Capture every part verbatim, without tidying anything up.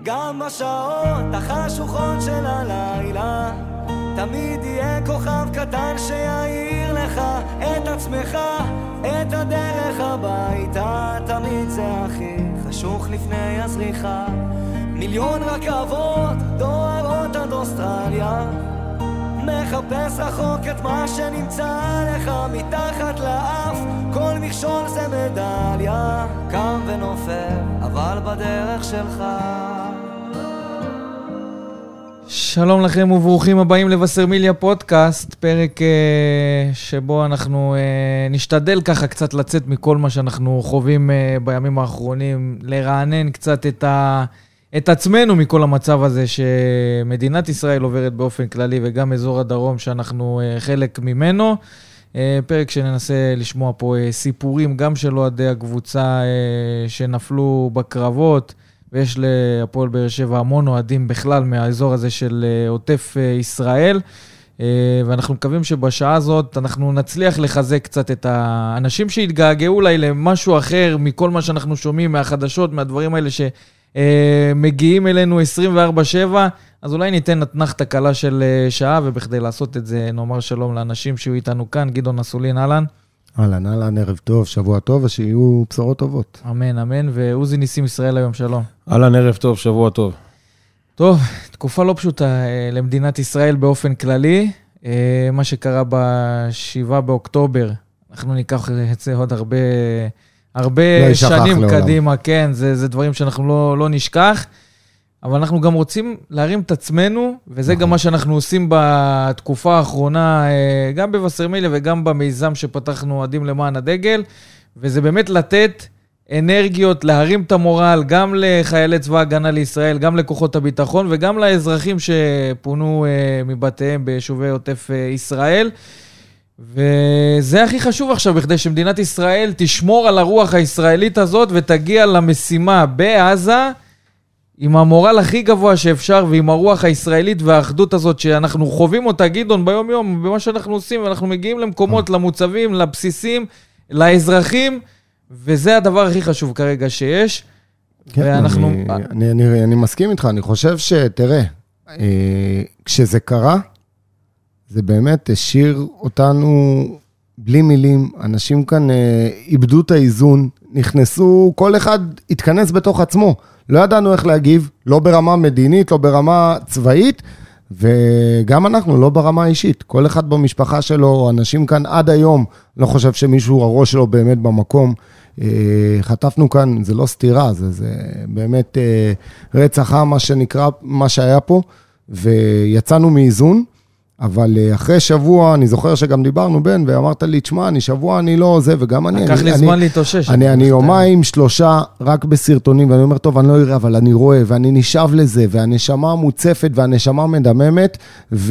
גם בשעות החשוכות של הלילה תמיד יהיה כוכב קטן שיעיר לך את עצמך, את הדרך הביתה. תמיד זה הכי חשוך לפני הזריחה. מיליון רכבות דוהרות עד אוסטרליה, מחפש רחוק את מה שנמצא לך מתחת לאף. כל מכשול זה מדליה, קם ונופל אבל בדרך שלך. שלום לכם וברוכים הבאים לבשרמיליה פודקאסט, פרק uh, שבו אנחנו uh, נשתדל ככה קצת לצאת מכל מה שאנחנו חווים uh, בימים האחרונים, לרענן קצת את, ה, את עצמנו מכל המצב הזה שמדינת ישראל עוברת באופן כללי, וגם אזור הדרום שאנחנו uh, חלק ממנו. Uh, פרק שננסה לשמוע פה uh, סיפורים גם של אוהדי הקבוצה uh, שנפלו בקרבות, ויש להפועל באר שבע המון אוהדים בכלל מהאזור הזה של עוטף ישראל, ואנחנו מקווים שבשעה הזאת אנחנו נצליח לחזק קצת את האנשים שהתגעגעו אולי למשהו אחר מכל מה שאנחנו שומעים מהחדשות, מהדברים האלה שמגיעים אלינו עשרים וארבע שבע, אז אולי ניתן אתנחתה קלה של שעה, ובכדי לעשות את זה נאמר שלום לאנשים שיהיו איתנו כאן. גדעון אסולין, אהלן. אהלן, אהלן, ערב טוב, שבוע טוב, ושיהיו בשורות טובות. אמן, אמן, ועוזי ניסים ישראל היום, שלום. אהלן, ערב טוב, שבוע טוב. טוב, תקופה לא פשוטה למדינת ישראל באופן כללי. מה שקרה בשבעה באוקטובר, אנחנו ניקח את זה עוד הרבה, הרבה לא שנים לעולם. קדימה, כן, זה, זה דברים שאנחנו לא, לא נשכח. אבל אנחנו גם רוצים להרים את עצמנו, וזה גם מה שאנחנו עושים בתקופה האחרונה, גם בבשרמיליה וגם במיזם שפתחנו עדים למען הדגל, וזה באמת לתת אנרגיות, להרים את המורל, גם לחיילי צבא הגנה לישראל, גם לכוחות הביטחון, וגם לאזרחים שפונו מבתיהם ביישובי עוטף ישראל. וזה הכי חשוב עכשיו, בכדי שמדינת ישראל תשמור על הרוח הישראלית הזאת, ותגיע למשימה בעזה, עם המורל הכי גבוה שאפשר, ועם הרוח הישראלית והאחדות הזאת שאנחנו חווים אותה, גדעון, ביום יום, במה שאנחנו עושים, ואנחנו מגיעים למקומות, למוצבים, לבסיסים, לאזרחים, וזה הדבר הכי חשוב כרגע שיש. כן, ואנחנו... אני, אני, אני, אני מסכים איתך, אני חושב שתראה, כשזה קרה, זה באמת השאיר אותנו בלי מילים, אנשים כאן איבדו את האיזון, נכנסו, כל אחד התכנס בתוך עצמו, לא ידענו איך להגיב, לא ברמה מדינית, לא ברמה צבאית, וגם אנחנו לא ברמה אישית. כל אחד במשפחה שלו, אנשים כאן עד היום, לא חושב שמישהו הראש שלו באמת במקום. חטפנו כאן, זה לא סתירה, זה, זה באמת רצח עם, מה שנקרא, מה שהיה פה, ויצאנו מאיזון. אבל אחרי שבוע, אני זוכר שגם דיברנו בן, ואמרת לי, תשמע, אני שבוע, אני לא זה, וגם אני... לקח לי זמן להתאושש. אני, אני יומיים, שלושה, רק בסרטונים, ואני אומר, טוב, אני לא אראה, אבל אני רואה, ואני נשאב לזה, והנשמה מוצפת, והנשמה מדממת, ו...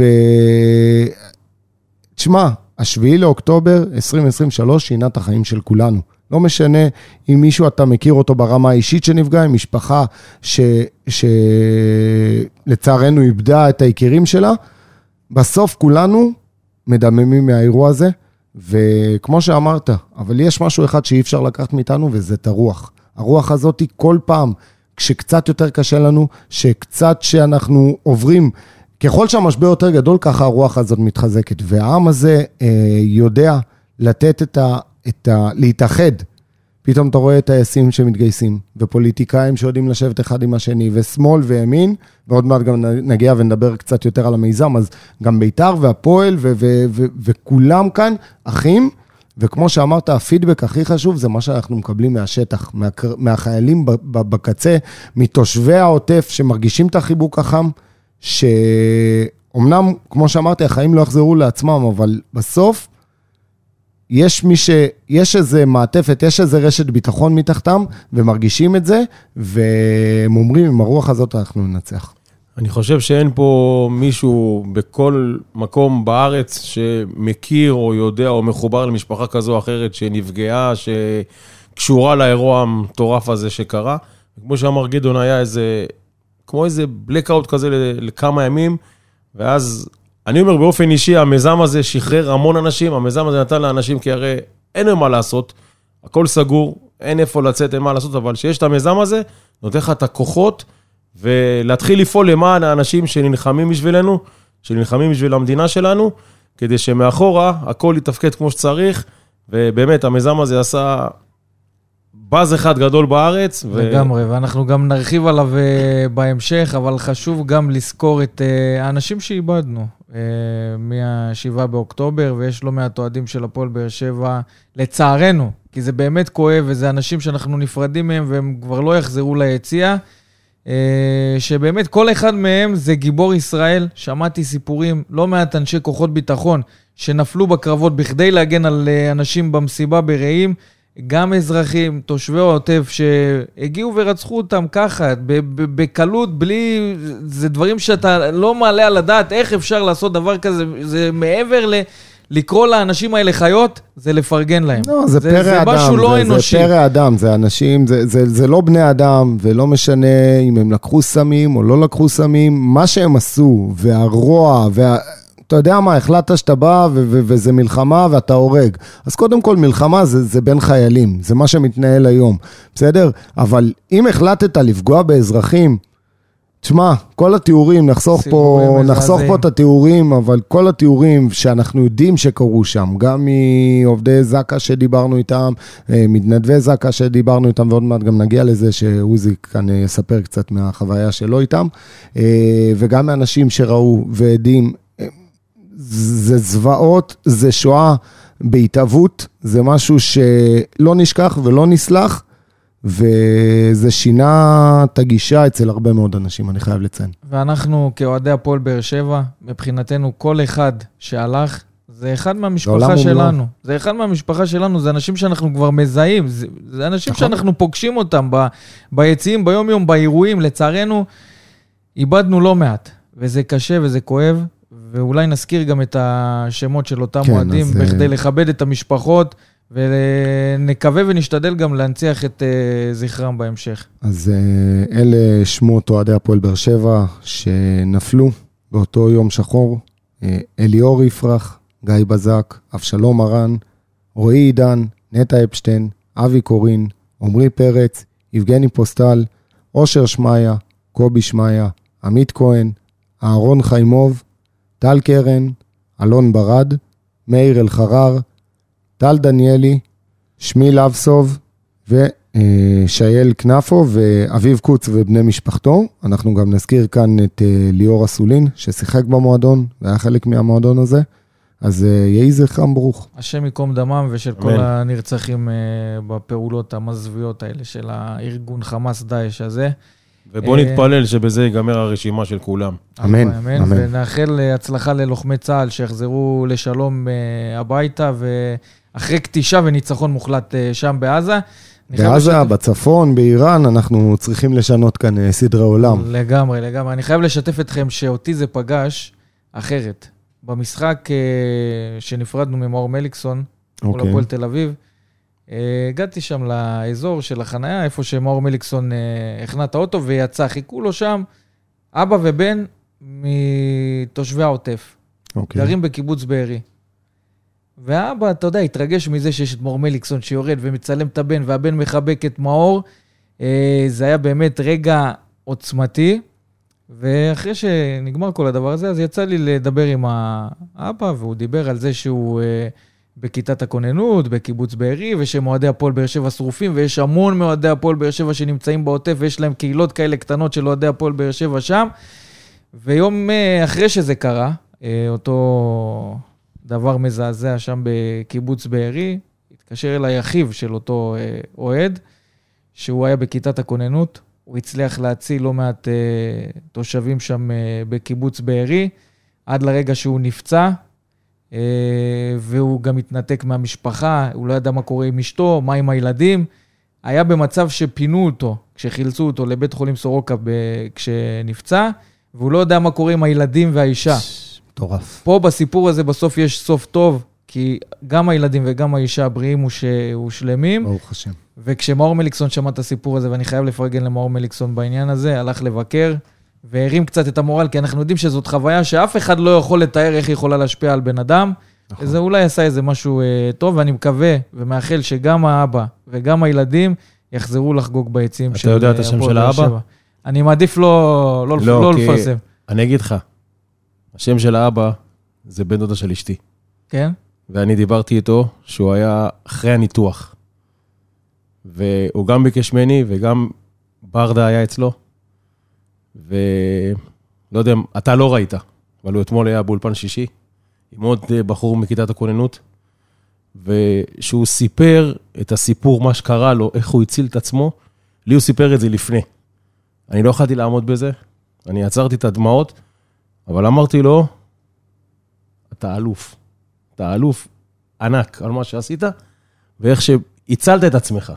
תשמע, השביעי לאוקטובר עשרים עשרים ושלוש, שינה את החיים של כולנו. לא משנה אם מישהו אתה מכיר אותו ברמה האישית שנפגע, עם משפחה ש... ש... לצערנו איבדה את היקירים שלה, בסוף כולנו מדממים מהאירוע הזה, וכמו שאמרת, אבל יש משהו אחד שאי אפשר לקחת מאיתנו, וזה את הרוח. הרוח הזאת היא כל פעם, כשקצת יותר קשה לנו, שקצת שאנחנו עוברים, ככל שהמשבר יותר גדול, ככה הרוח הזאת מתחזקת, והעם הזה אה, יודע לתת את ה, את ה, להתאחד. פתאום אתה רואה את טייסים שמתגייסים, ופוליטיקאים שיודעים לשבת אחד עם השני, ושמאל וימין, ועוד מעט גם נגיע ונדבר קצת יותר על המיזם, אז גם ביתר והפועל, ו- ו- ו- וכולם כאן אחים, וכמו שאמרת, הפידבק הכי חשוב, זה מה שאנחנו מקבלים מהשטח, מה- מהחיילים בקצה, מתושבי העוטף, שמרגישים את החיבוק החם, שאומנם, כמו שאמרתי, החיים לא יחזרו לעצמם, אבל בסוף, יש מי ש... יש איזה מעטפת, יש איזה רשת ביטחון מתחתם, ומרגישים את זה, והם אומרים, עם הרוח הזאת אנחנו ננצח. אני חושב שאין פה מישהו בכל מקום בארץ שמכיר או יודע או מחובר למשפחה כזו או אחרת שנפגעה, שקשורה לאירוע המטורף הזה שקרה. כמו שאמר גדעון, היה איזה, כמו איזה בלקאוט כזה לכמה ימים, ואז אני אומר באופן אישי, המיזם הזה שחרר המון אנשים, המיזם הזה נתן לאנשים, כי הרי אין מה לעשות, הכל סגור, אין איפה לצאת, אין מה לעשות, אבל שיש את המיזם הזה, נותן לך את הכוחות, ולהתחיל לפעול למען האנשים שנלחמים בשבילנו, שנלחמים בשביל המדינה שלנו, כדי שמאחורה הכל יתפקד כמו שצריך, ובאמת המיזם הזה עשה באז אחד גדול בארץ. לגמרי, ו... ואנחנו גם נרחיב עליו בהמשך, אבל חשוב גם לזכור את האנשים שאיבדנו מה-שבעה באוקטובר, ויש לא מעט אוהדים של הפועל באר שבע, לצערנו, כי זה באמת כואב, וזה אנשים שאנחנו נפרדים מהם, והם כבר לא יחזרו ליציאה, שבאמת כל אחד מהם זה גיבור ישראל. שמעתי סיפורים, לא מעט אנשי כוחות ביטחון, שנפלו בקרבות בכדי להגן על אנשים במסיבה ברעים, גם אזרחים, תושבי העוטף, שהגיעו ורצחו אותם ככה, בקלות, בלי... זה דברים שאתה לא מעלה על הדעת, איך אפשר לעשות דבר כזה, זה מעבר ל... לקרוא לאנשים האלה חיות, זה לפרגן להם. לא, זה, זה פרא זה אדם, משהו לא זה, אנושי. זה פרא אדם, זה אנשים, זה, זה, זה לא בני אדם, ולא משנה אם הם לקחו סמים או לא לקחו סמים, מה שהם עשו, והרוע, וה... אתה יודע מה, החלטת שאתה בא ו- ו- וזה מלחמה ואתה הורג. אז קודם כל מלחמה זה, זה בין חיילים, זה מה שמתנהל היום, בסדר? אבל אם החלטת לפגוע באזרחים, תשמע, כל התיאורים, נחסוך פה, נחסוך פה את התיאורים, אבל כל התיאורים שאנחנו יודעים שקרו שם, גם מעובדי זקה שדיברנו איתם, מתנדבי זקה שדיברנו איתם, ועוד מעט גם נגיע לזה שעוזי כאן יספר קצת מהחוויה שלו איתם, וגם מאנשים שראו ועדים, זה זוועות, זה שואה בהתאבות, זה משהו שלא נשכח ולא נסלח, וזה שינה את הגישה אצל הרבה מאוד אנשים, אני חייב לציין. ואנחנו כאוהדי הפועל באר שבע, מבחינתנו כל אחד שהלך, זה אחד מהמשפחה שלנו. לא. זה אחד מהמשפחה שלנו, זה אנשים שאנחנו כבר מזהים, זה, זה אנשים נכון. שאנחנו פוגשים אותם ב, ביציאים, ביום יום, באירועים, לצערנו, איבדנו לא מעט, וזה קשה וזה כואב, ואולי נזכיר גם את השמות של אותם כן, מועדים, אז... בכדי לכבד את המשפחות, ונקווה ונשתדל גם להנציח את uh, זכרם בהמשך. אז uh, אלה שמות אוהדי הפועל באר שבע שנפלו באותו יום שחור, uh, אליאור יפרח, גיא בזק, אבשלום ארן, רועי עידן, נטע אפשטיין, אבי קורין, עמרי פרץ, יבגני פוסטל, אושר שמיה, קובי שמיה, עמית כהן, אהרון חיימוב, טל קרן, אלון ברד, מאיר אלחרר, טל דניאלי, שמי לבסוב ושייל כנפו ואביב קוץ ובני משפחתו. אנחנו גם נזכיר כאן את ליאור אסולין ששיחק במועדון והיה חלק מהמועדון הזה. אז יהי זכרם ברוך. השם יקום דמם ושל כל הנרצחים בפעולות המזוויות האלה של הארגון חמאס דאעש הזה. ובוא נתפלל שבזה ייגמר הרשימה של כולם. אמן, אמן. ונאחל הצלחה ללוחמי צה"ל שיחזרו לשלום הביתה, ואחרי קטישה וניצחון מוחלט שם בעזה. בעזה, בצפון, באיראן, אנחנו צריכים לשנות כאן סדרי עולם. לגמרי, לגמרי. אני חייב לשתף אתכם שאותי זה פגש אחרת. במשחק שנפרדנו ממאור מליקסון, מול הפועל תל אביב, הגעתי שם לאזור של החנייה, איפה שמאור מליקסון הכנה את האוטו ויצא, חיכו לו שם, אבא ובן מתושבי העוטף, okay. גרים בקיבוץ בארי. והאבא, אתה יודע, התרגש מזה שיש את מאור מליקסון שיורד ומצלם את הבן, והבן מחבק את מאור. זה היה באמת רגע עוצמתי, ואחרי שנגמר כל הדבר הזה, אז יצא לי לדבר עם האבא, והוא דיבר על זה שהוא... בכיתת הכוננות, בקיבוץ בארי, ושמועדי הפועל באר שבע שרופים, ויש המון מועדי הפועל באר שבע שנמצאים בעוטף, ויש להם קהילות כאלה קטנות של מועדי הפועל באר שבע שם. ויום אחרי שזה קרה, אותו דבר מזעזע שם בקיבוץ בארי, התקשר אליי אחיו של אותו אוהד, שהוא היה בכיתת הכוננות, הוא הצליח להציל לא מעט תושבים שם בקיבוץ בארי, עד לרגע שהוא נפצע, והוא גם התנתק מהמשפחה, הוא לא ידע מה קורה עם אשתו, מה עם הילדים, היה במצב שפינו אותו, כשחילצו אותו לבית חולים סורוקה כשנפצע, והוא לא יודע מה קורה עם הילדים והאישה. מטורף. פה בסיפור הזה בסוף יש סוף טוב, כי גם הילדים וגם האישה הבריאים ושלמים. ברוך השם. וכשמאור מליקסון שמע את הסיפור הזה, ואני חייב לפרגן למאור מליקסון בעניין הזה, הלך לבקר, והרים קצת את המורל, כי אנחנו יודעים שזאת חוויה שאף אחד לא יכול לתאר איך היא יכולה להשפיע על בן אדם. נכון. זה אולי עשה איזה משהו אה, טוב, ואני מקווה ומאחל שגם האבא וגם הילדים יחזרו לחגוג ביציעים של... אתה יודע את השם של האבא? אני מעדיף לא, לא, לא, לא לפרסם. אני אגיד לך, השם של האבא זה בן דודה של אשתי. כן? ואני דיברתי איתו שהוא היה אחרי הניתוח. והוא גם ביקש מני, וגם ברדה היה אצלו. ולא יודע, אתה לא ראית, אבל הוא אתמול היה באולפן שישי, עם עוד בחור מכיתת הכוננות, ושהוא סיפר את הסיפור, מה שקרה לו, איך הוא הציל את עצמו, לי הוא סיפר את זה לפני. אני לא יכולתי לעמוד בזה, אני עצרתי את הדמעות, אבל אמרתי לו, אתה אלוף, אתה אלוף ענק על מה שעשית, ואיך שהצלת את עצמך.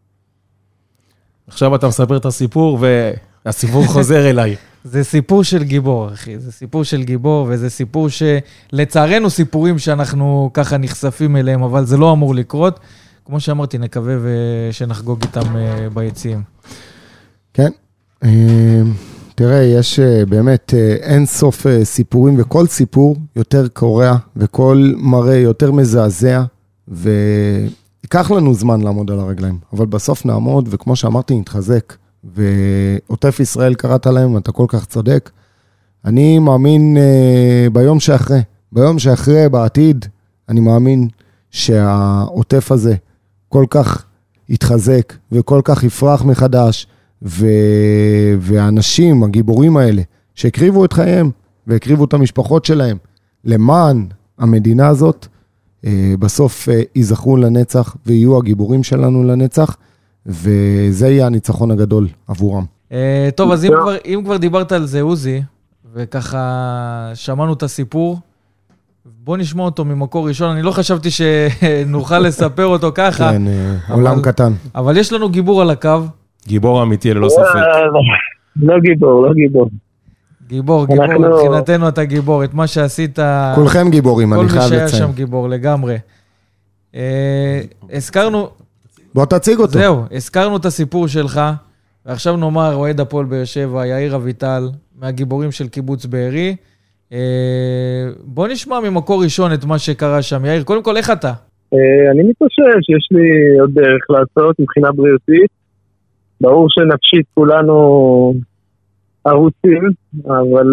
עכשיו אתה מספר את הסיפור, והסיפור חוזר אליי. זה סיפור של גיבור, אחי. זה סיפור של גיבור, וזה סיפור שלצערנו סיפורים שאנחנו ככה נחשפים אליהם, אבל זה לא אמור לקרות. כמו שאמרתי, נקווה שנחגוג איתם ביציעים. כן. תראה, יש באמת אין סוף סיפורים, וכל סיפור יותר קורע, וכל מראה יותר מזעזע, ויקח לנו זמן לעמוד על הרגליים. אבל בסוף נעמוד, וכמו שאמרתי, נתחזק. ועוטף ישראל קראת להם, אתה כל כך צודק. אני מאמין uh, ביום שאחרי, ביום שאחרי, בעתיד, אני מאמין שהעוטף הזה כל כך יתחזק, וכל כך יפרח מחדש, ו... והאנשים, הגיבורים האלה, שהקריבו את חייהם, והקריבו את המשפחות שלהם, למען המדינה הזאת, uh, בסוף uh, ייזכרו לנצח, ויהיו הגיבורים שלנו לנצח, וזה יהיה הניצחון הגדול עבורם. טוב, אז אם כבר, אם כבר דיברת על זה, עוזי, וככה שמענו את הסיפור, בוא נשמע אותו ממקור ראשון. אני לא חשבתי שנוכל לספר אותו ככה. כן, עולם קטן. אבל יש לנו גיבור על הקו. גיבור אמיתי, ללא ספק. לא גיבור, לא גיבור. גיבור, גיבור, מבחינתנו אתה גיבור. את מה שעשית... כולכם גיבורים, אני חייב לציין. כל מי שהיה שם גיבור, לגמרי. הזכרנו... בוא תציג אותו. זהו, הזכרנו את הסיפור שלך, ועכשיו נאמר, אוהד הפועל באר שבע, יאיר אביטל, מהגיבורים של קיבוץ בארי. בוא נשמע ממקור ראשון את מה שקרה שם. יאיר, קודם כל, איך אתה? אני מתחשב שיש לי עוד דרך לעשות מבחינה בריאותית. ברור שנפשית כולנו ערוצים, אבל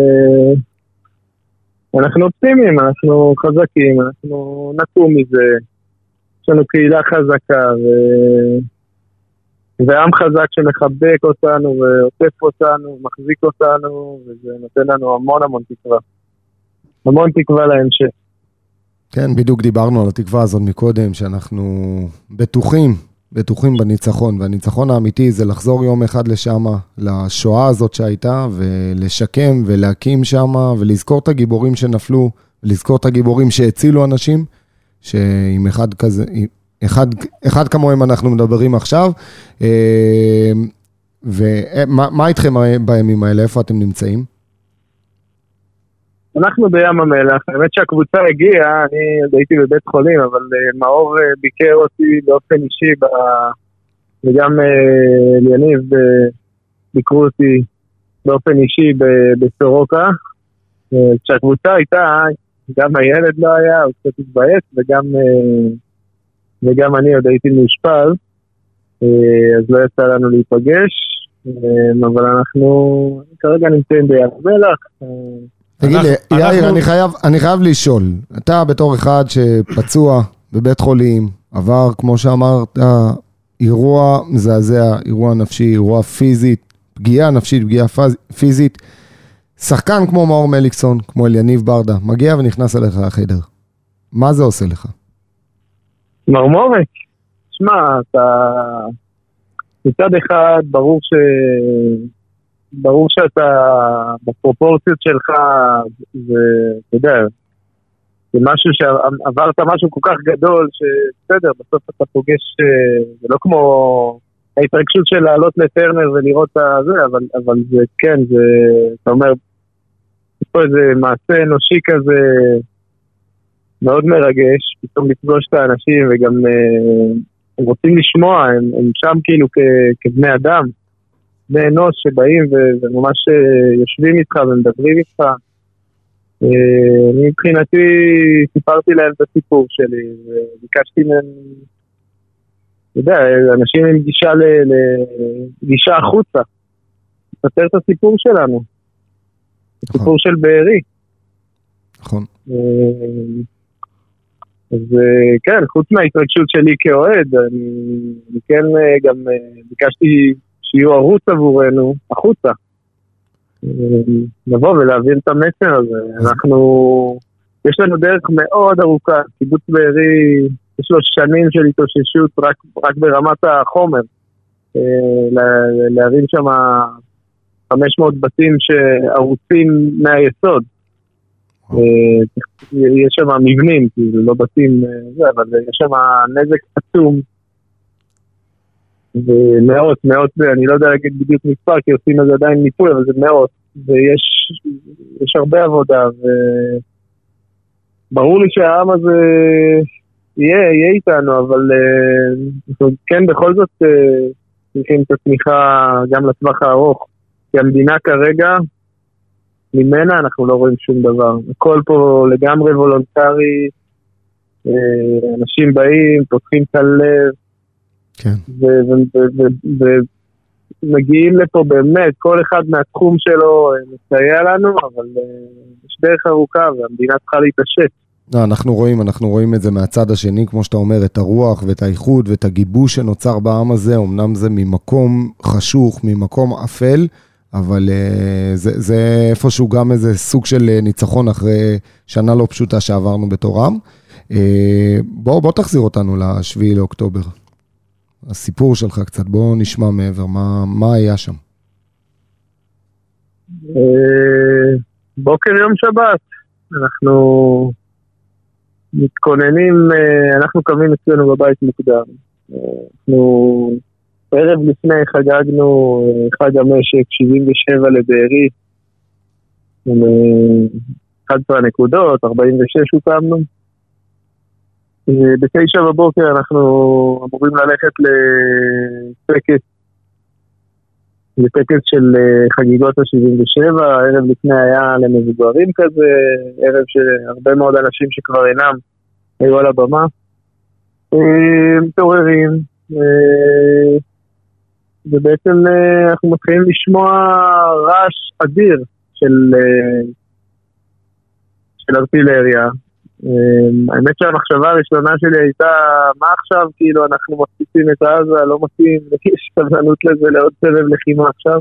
אנחנו אופטימיים, אנחנו חזקים, אנחנו נקום מזה. יש לנו קהילה חזקה ו... ועם חזק שמחבק אותנו ועוטף אותנו, מחזיק אותנו, וזה נותן לנו המון המון תקווה. המון תקווה להמשך. כן, בדיוק דיברנו על התקווה הזאת מקודם, שאנחנו בטוחים, בטוחים בניצחון, והניצחון האמיתי זה לחזור יום אחד לשם, לשואה הזאת שהייתה, ולשקם ולהקים שם, ולזכור את הגיבורים שנפלו, ולזכור את הגיבורים שהצילו אנשים, שעם אחד כזה, אחד, אחד כמוהם אנחנו מדברים עכשיו, ומה מה איתכם בימים האלה? איפה אתם נמצאים? אנחנו בים המלח, האמת שהקבוצה הגיעה, אני הייתי בבית חולים, אבל מאור ביקר אותי באופן אישי, וגם ליניב ביקרו אותי באופן אישי בסורוקה, כשהקבוצה הייתה, גם הילד לא היה, הוא קצת התבייש, וגם, וגם אני עוד הייתי מאושפז, אז לא יצא לנו להיפגש, אבל אנחנו כרגע נמצאים בים המלח. תגיד לי, יאיר, אני חייב, אני חייב לשאול, אתה בתור אחד שפצוע בבית חולים, עבר, כמו שאמרת, אירוע מזעזע, אירוע נפשי, אירוע פיזית, פגיעה נפשית, פגיעה פיזית, שחקן כמו מאור מליקסון, כמו אליניב ברדה, מגיע ונכנס אליך לחדר. מה זה עושה לך? מרמורת. שמע, אתה... מצד אחד, ברור ש... ברור שאתה בפרופורציות שלך, זה, אתה יודע, זה משהו שעברת משהו כל כך גדול, שבסדר, בסוף אתה פוגש, זה לא כמו ההתרגשות של לעלות לטרנר ולראות את זה, אבל, אבל זה כן, זה, אתה אומר, יש פה איזה מעשה אנושי כזה, מאוד מרגש, פתאום לפגוש את האנשים, וגם הם רוצים לשמוע, הם, הם שם כאילו כ, כבני אדם, בני אנוש שבאים וממש יושבים איתך ומדברים איתך. אני מבחינתי סיפרתי להם את הסיפור שלי, וביקשתי מהם, אתה יודע, אנשים עם גישה, גישה החוצה, לספר את הסיפור שלנו. הסיפור של בארי. נכון. אז כן, חוץ מההתרגשות שלי כאוהד, אני, אני כן גם ביקשתי שיהיו ערוץ עבורנו, החוצה. לבוא ולהבין את המסר הזה. אנחנו, יש לנו דרך מאוד ארוכה, קיבוץ בארי, יש לו שנים של התאוששות רק, רק ברמת החומר. להרים שם חמש מאות בתים שערוצים מהיסוד. יש שם מבנים, כאילו לא בתים, אבל יש שם נזק עצום. ומאות, מאות, אני לא יודע להגיד בדיוק מספר, כי עושים את זה עדיין מיפוי, אבל זה מאות. ויש יש הרבה עבודה, וברור לי שהעם הזה יהיה, יהיה איתנו, אבל כן, בכל זאת צריכים את התמיכה גם לטווח הארוך, כי המדינה כרגע, ממנה אנחנו לא רואים שום דבר. הכל פה לגמרי וולונטרי, אנשים באים, פותחים את הלב, כן. ומגיעים לפה באמת, כל אחד מהתחום שלו מסייע לנו, אבל יש דרך ארוכה, והמדינה צריכה להתעשת. לא, אנחנו רואים, אנחנו רואים את זה מהצד השני, כמו שאתה אומר, את הרוח ואת האיחוד ואת הגיבוש שנוצר בעם הזה, אמנם זה ממקום חשוך, ממקום אפל, אבל uh, זה, זה איפשהו גם איזה סוג של ניצחון אחרי שנה לא פשוטה שעברנו בתורם. Uh, בוא, בוא תחזיר אותנו לשביעי לאוקטובר. הסיפור שלך קצת, בוא נשמע מעבר, מה, מה היה שם? Uh, בוקר יום שבת, אנחנו מתכוננים, uh, אנחנו קמים אצלנו בבית מוקדם. Uh, אנחנו... ערב לפני חגגנו חג המשק שבעים ושבע לבארי, עם אחת עשרה נקודות, ארבעים ושש הוקמנו. בתשע בבוקר אנחנו אמורים ללכת לטקס, לטקס של חגיגות ה-שבעים ושבע, ערב לפני היה למבוגרים כזה, ערב שהרבה מאוד אנשים שכבר אינם היו על הבמה. מתעוררים, ובעצם אנחנו מתחילים לשמוע רעש אדיר של, של ארטילריה. האמת שהמחשבה הראשונה שלי הייתה, מה עכשיו, כאילו אנחנו מפציצים את עזה, לא מתאים, יש סבלנות לזה לעוד סבב לחימה עכשיו.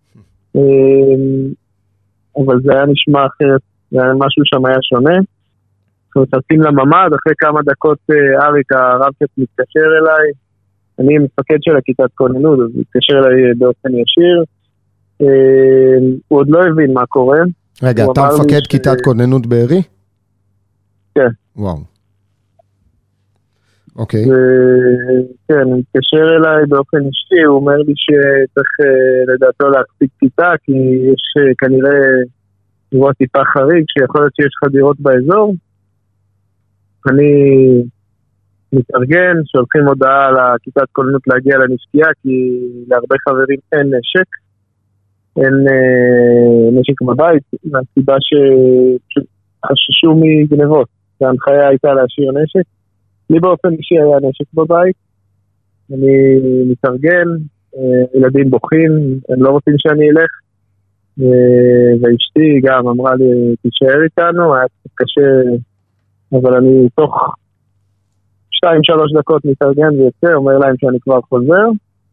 אבל זה היה נשמע אחרת, זה היה משהו שם היה שונה. אנחנו נכנסים לממ"ד, אחרי כמה דקות אריק הרב קצת מתקשר אליי, אני מפקד של הכיתת כוננות, אז הוא התקשר אליי באופן ישיר. הוא עוד לא הבין מה קורה. רגע, אתה מפקד כיתת כוננות בארי? כן. וואו. אוקיי. כן, הוא התקשר אליי באופן אישי, הוא אומר לי שצריך לדעתו להקפיד כיתה, כי יש כנראה אירוע טיפה חריג, שיכול להיות שיש חדירות באזור. אני מתארגן, שולחים הודעה לכיתת כוננות להגיע לנשקייה, כי להרבה חברים אין נשק, אין אה, נשק בבית, מהסיבה שחששו מגנבות, וההנחיה הייתה להשאיר נשק. לי באופן אישי היה נשק בבית, אני מתארגן, אה, ילדים בוכים, הם לא רוצים שאני אלך, אה, ואשתי גם אמרה לי, תישאר איתנו, היה קשה, אבל אני תוך שתיים שלוש דקות מתארגן ויוצא, אומר להם שאני כבר חוזר.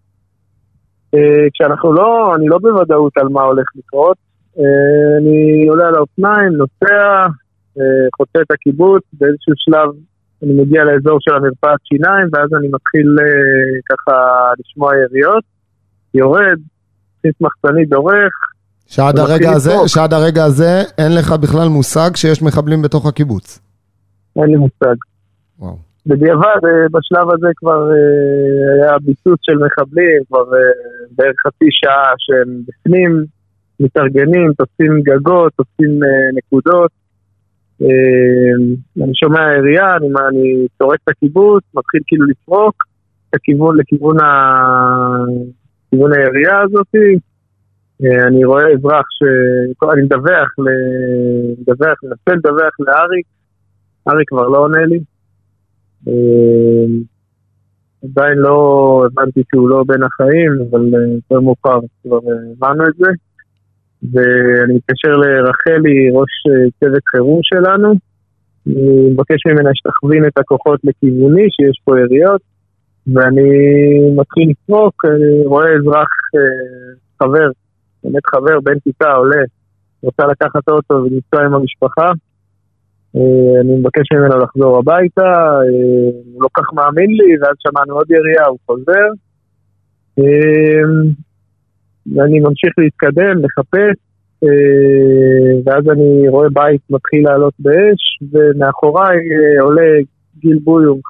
כשאנחנו לא, אני לא בוודאות על מה הולך לקרות, אני עולה על האופניים, נוסע, חוצה את הקיבוץ, באיזשהו שלב אני מגיע לאזור של המרפאת שיניים, ואז אני מתחיל ככה לשמוע יריות, יורד, תכניס מחסני דורך. שעד הרגע הזה, שעד הרגע הזה אין לך בכלל מושג שיש מחבלים בתוך הקיבוץ. אין לי מושג. וואו. בדיעבד, בשלב הזה כבר היה ביסוס של מחבלים, כבר בערך חצי שעה שהם בפנים, מתארגנים, תופסים גגות, תופסים נקודות. אני שומע העירייה, אני, אני צורק את הקיבוץ, מתחיל כאילו לפרוק את הכיוון לכיוון ה... כיוון העירייה הזאת. אני רואה אזרח ש... אני מדווח, מדווח, מנסה לדווח לאריק, אריק כבר לא עונה לי. עדיין לא הבנתי שהוא לא בין החיים, אבל יותר מאוחר כבר הבנו את זה. ואני מתקשר לרחלי, ראש צוות חירום שלנו, אני מבקש ממנה שתכווין את הכוחות לכיווני, שיש פה יריות, ואני מתחיל לצרוק, אני רואה אזרח חבר, באמת חבר, בן כיתה עולה, רוצה לקחת אותו ולנסוע עם המשפחה, אני מבקש ממנו לחזור הביתה, הוא לא כך מאמין לי, ואז שמענו עוד ירייה, הוא חוזר, ואני ממשיך להתקדם, לחפש, ואז אני רואה בית מתחיל לעלות באש, ומאחוריי עולה גיל בויום,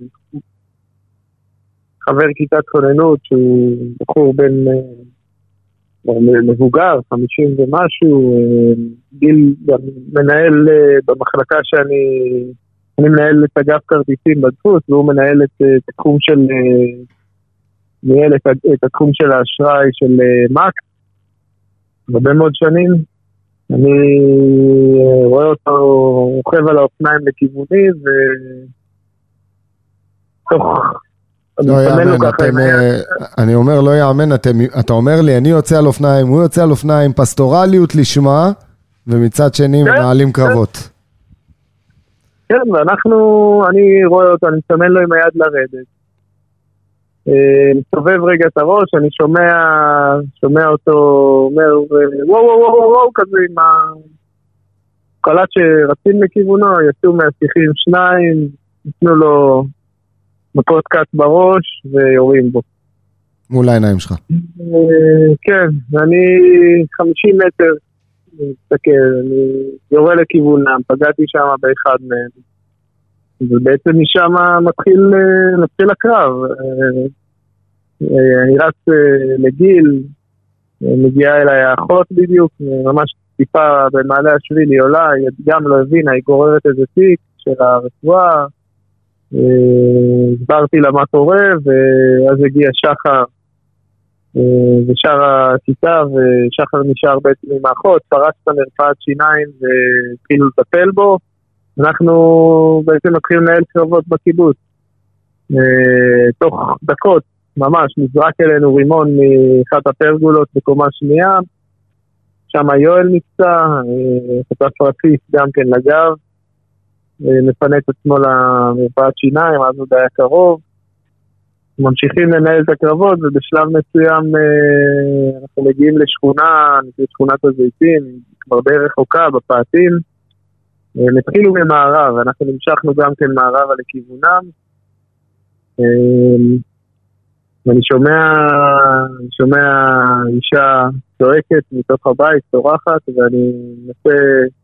חבר כיתת כוננות, שהוא בחור בין מבוגר, חמישים ומשהו, גיל מנהל במחלקה שאני, אני מנהל את אגף כרטיסים בדפוס, והוא מנהל את התחום של, ניהל את, את התחום של האשראי של מק, הרבה מאוד שנים. אני רואה אותו רוכב על האופניים לכיווני, ותוך... לא יאמן, אתם, אני אומר לא יאמן, אתם, אתה אומר לי, אני יוצא על אופניים, הוא יוצא על אופניים, פסטורליות לשמה, ומצד שני מנהלים קרבות. כן, ואנחנו, אני רואה אותו, אני מסמן לו עם היד לרדת. מסתובב רגע את הראש, אני שומע, שומע אותו, אומר, וואו וואו וואו וואו, כזה עם הקלט שרצים לכיוונו, יצאו מהשיחים שניים, נתנו לו מכות קט בראש ויורים בו. מול העיניים שלך. כן, ואני חמישים מטר, מסתכל, אני יורה לכיוונם, פגעתי שם באחד מהם. ובעצם משם מתחיל, מתחיל הקרב. אני רץ לגיל, מגיעה אליי האחות בדיוק, ממש טיפה במעלה השביל היא עולה, היא גם לא הבינה, היא גוררת איזה תיק של הרפואה, הסברתי לה מה קורה, ואז הגיע שחר ושאר הכיתה, ושחר נשאר בעצם עם האחות, פרץ את המרפאת שיניים והתחילו לטפל בו. אנחנו בעצם מתחילים לנהל קרבות בקיבוץ. תוך דקות, ממש, נזרק אלינו רימון מאחת הפרגולות בקומה שנייה, שם יואל נפצע, חטף רציף גם כן לגב, מפנה את עצמו למרפאת שיניים, אז עוד היה קרוב. ממשיכים לנהל את הקרבות, ובשלב מסוים אנחנו מגיעים לשכונה, שכונת הזיתים, כבר די רחוקה בפאתים, התחילו ממערב, אנחנו נמשכנו גם כן מערבה לכיוונם, ואני שומע, אני שומע אישה צועקת מתוך הבית, צורחת, ואני מנסה,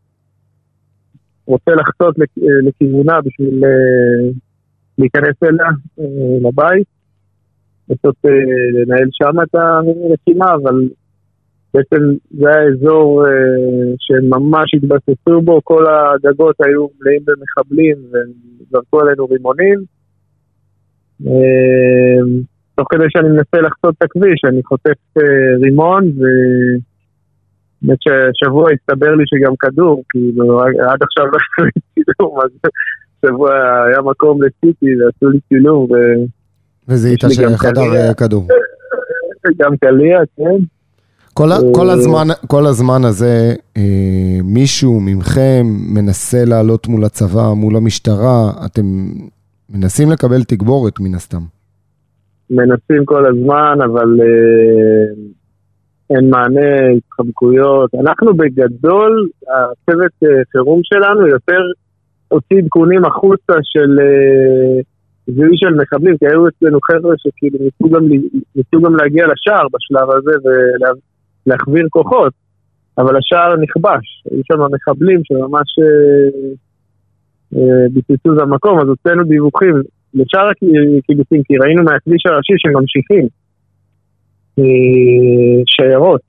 רוצה לחצות לכיוונה בשביל להיכנס אליה לבית, לנסות לנהל שם את הרשימה, אבל בעצם זה היה אזור שהם ממש התבססו בו, כל הגגות היו מלאים במחבלים וזרקו עלינו רימונים. תוך כדי שאני מנסה לחצות את הכביש, אני חוטף רימון, ובאמת ששבוע הסתבר לי שגם כדור, כאילו עד עכשיו לא עשו לי צילום, אז שבוע היה מקום לסיטי ועשו לי צילום. וזה איתה שחדר כדור. גם קליה, כן. כל, כל, הזמן, כל הזמן הזה, אה, מישהו ממכם מנסה לעלות מול הצבא, מול המשטרה, אתם מנסים לקבל תגבורת מן הסתם. מנסים כל הזמן, אבל אה, אין מענה, התחמקויות. אנחנו בגדול, הצוות אה, חירום שלנו יותר הוציא עדכונים החוצה של אה, זיהוי של מחבלים, כי היו אצלנו חבר'ה שכאילו ניסו גם, ניסו גם להגיע לשער בשלב הזה ולה... להחביר כוחות, אבל השער נכבש, היו שם מחבלים שממש אה, אה, ביססו את המקום, אז הוצאנו דיווחים לשאר הקיבוצים, כי ראינו מהכביש הראשי שממשיכים אה, שיירות,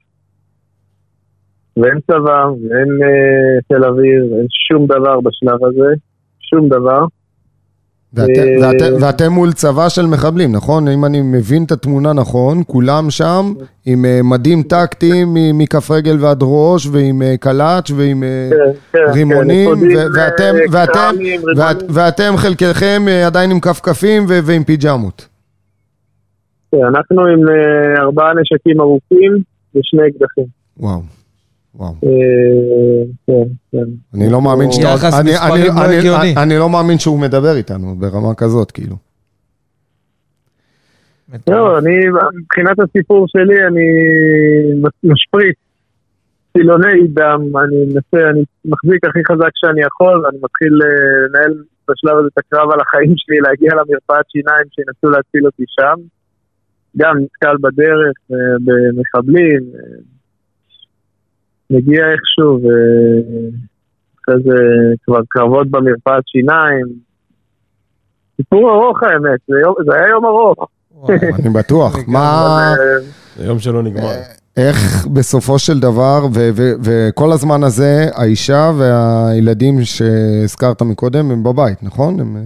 ואין צבא, ואין אה, תל אביב, ואין שום דבר בשלב הזה, שום דבר. ואתם, ואתם, ואתם מול צבא של מחבלים, נכון? אם אני מבין את התמונה נכון, כולם שם עם מדים טקטיים מכף רגל ועד ראש, ועם קלאץ' ועם רימונים, ואתם, ואתם, ואתם חלקכם עדיין עם כפכפים ועם פיג'מות. אנחנו עם ארבעה נשקים ארוכים ושני אקדחים. וואו, וואו. כן, כן. אני לא מאמין שאתה... יחס אני- מספרים אני- לא אני- הגיוני. אני לא מאמין שהוא מדבר איתנו ברמה כזאת, כאילו. לא, אני, מבחינת הסיפור שלי, אני משפריץ, סילוני דם, אני מנסה, אני מחזיק הכי חזק שאני יכול, ואני מתחיל לנהל בשלב הזה את הקרב על החיים שלי, להגיע למרפאת שיניים שינסו להציל אותי שם. גם נתקל בדרך, במחבלים, מגיע איכשהו, ואחרי זה כבר קרבות במרפאת שיניים. סיפור ארוך האמת, זה, יום, זה היה יום ארוך. אני בטוח. מה... זה יום שלא נגמר. איך בסופו של דבר, ו- ו- וכל הזמן הזה, האישה והילדים שהזכרת מקודם, הם בבית, נכון? הם...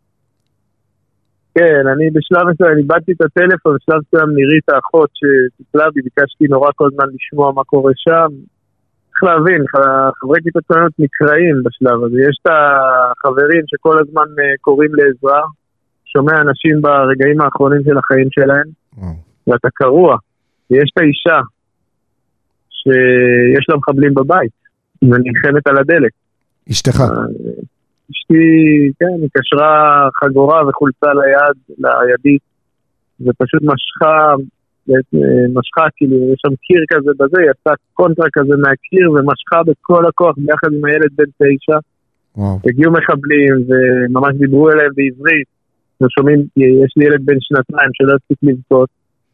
כן, אני בשלב מסוים, אני איבדתי את הטלפון, בשלב מסוים נירית האחות שטיפלה בי, ביקשתי נורא כל הזמן לשמוע מה קורה שם. צריך להבין, חברי כיתות כוננות נקראים בשלב הזה. יש את החברים שכל הזמן קוראים לעזרה, שומע אנשים ברגעים האחרונים של החיים שלהם, ואתה קרוע. ויש את האישה שיש לה מחבלים בבית, ונלחמת על הדלק. אשתך. אשתי, כן, היא קשרה חגורה וחולצה ליד, לידית, ופשוט משכה, משכה, כאילו, יש שם קיר כזה בזה, יצא קונטרה כזה מהקיר, ומשכה בכל הכוח ביחד עם הילד בן תשע. וואו. הגיעו מחבלים, וממש דיברו אליהם בעברית, ושומעים, יש לי ילד בן שנתיים שלא הספיק לבכות,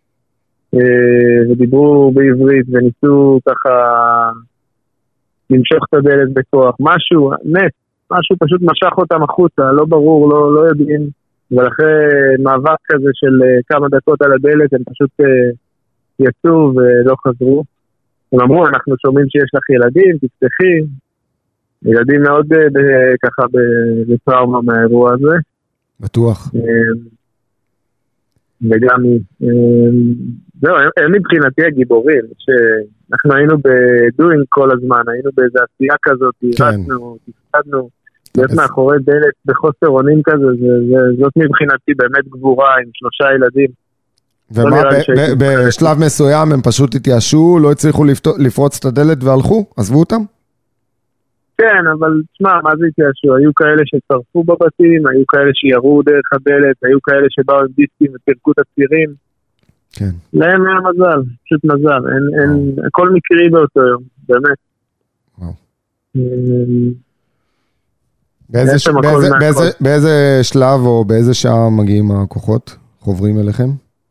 ודיברו בעברית, וניסו ככה למשוך את הדלת בכוח, משהו, נס, משהו פשוט משך אותם החוצה, לא ברור, לא, לא יודעים, ולאחרי מאבק כזה של כמה דקות על הדלת, הם פשוט יצאו ולא חזרו. הם אמרו, אנחנו שומעים שיש לך ילדים, תפתחי, ילדים מאוד ככה בטראומה מהאירוע הזה. בטוח. וגם, זהו, הם מבחינתי הגיבורים, שאנחנו היינו בדוינג כל הזמן, היינו באיזו עשייה כזאת, רצנו, תפקדנו, להיות מאחורי דלת בחוסר אונים כזה, זאת מבחינתי באמת גבורה עם שלושה ילדים. ומה, בשלב מסוים הם פשוט התייאשו, לא הצליחו לפרוץ את הדלת והלכו? עזבו אותם? כן, אבל תשמע, מה זה התייאשו? היו כאלה שצרפו בבתים, היו כאלה שירו דרך הדלת, היו כאלה שבאו עם דיסקים ופרקו את הצירים. כן. להם היה מזל, פשוט מזל. אין, אין, הכל מקרי באותו יום, באמת. וואו. באיזה, ש... באיזה, באיזה, באיזה שלב או באיזה שעה מגיעים הכוחות? חוברים אליכם?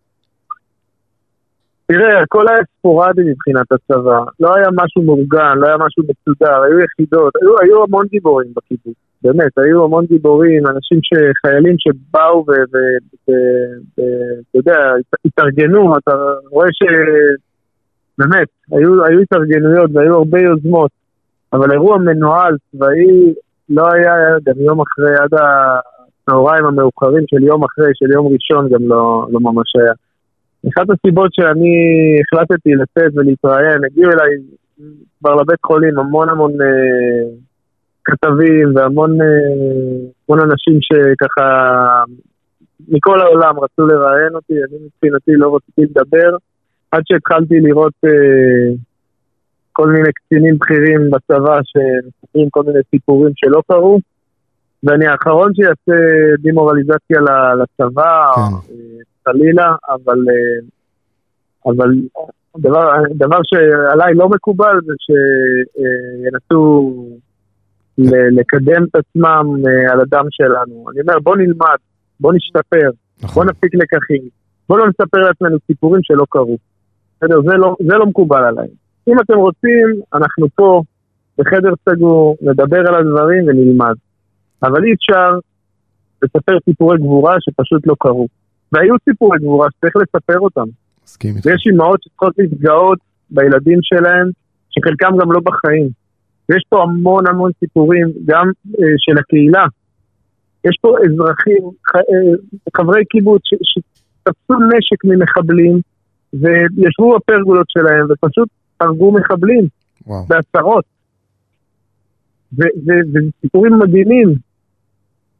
תראה, הכל היה ספורדי מבחינת הצבא, לא היה משהו מאורגן, לא היה משהו מסודר, היו יחידות, היו, היו המון גיבורים בקיבוץ, באמת, היו המון גיבורים, אנשים שחיילים שבאו ואתה יודע, התארגנו, אתה רואה שבאמת, היו, היו התארגנויות והיו הרבה יוזמות, אבל אירוע מנוהל צבאי לא היה, גם יום אחרי, עד הצהריים המאוחרים של יום אחרי, של יום ראשון גם לא, לא ממש היה. אחת הסיבות שאני החלטתי לצאת ולהתראיין, הגיעו אליי כבר לבית חולים המון המון אה, כתבים והמון אה, המון אנשים שככה מכל העולם רצו לראיין אותי, אני מבחינתי לא רציתי לדבר, עד שהתחלתי לראות אה, כל מיני קצינים בכירים בצבא שמספרים כל מיני סיפורים שלא קרו, ואני האחרון שיעשה דימורליזציה לצבא, כן. חלילה, אבל, אבל דבר, דבר שעליי לא מקובל זה שינסו לקדם את עצמם על הדם שלנו. אני אומר, בוא נלמד, בוא נשתפר, נכון. בוא נפיק לקחים, בוא לא נספר לעצמנו סיפורים שלא קרו. זה לא, זה לא מקובל עליי. אם אתם רוצים, אנחנו פה בחדר סגור, נדבר על הדברים ונלמד. אבל אי אפשר לספר סיפורי גבורה שפשוט לא קרו. והיו סיפורי גבורה שצריך לספר אותם. ויש אימהות שצריכות להתגאות בילדים שלהם, שחלקם גם לא בחיים. ויש פה המון המון סיפורים, גם אה, של הקהילה. יש פה אזרחים, ח, אה, חברי קיבוץ, ש, שתפסו נשק ממחבלים, וישבו בפרגולות שלהם, ופשוט הרגו מחבלים, וואו. בעשרות. וסיפורים מדהימים.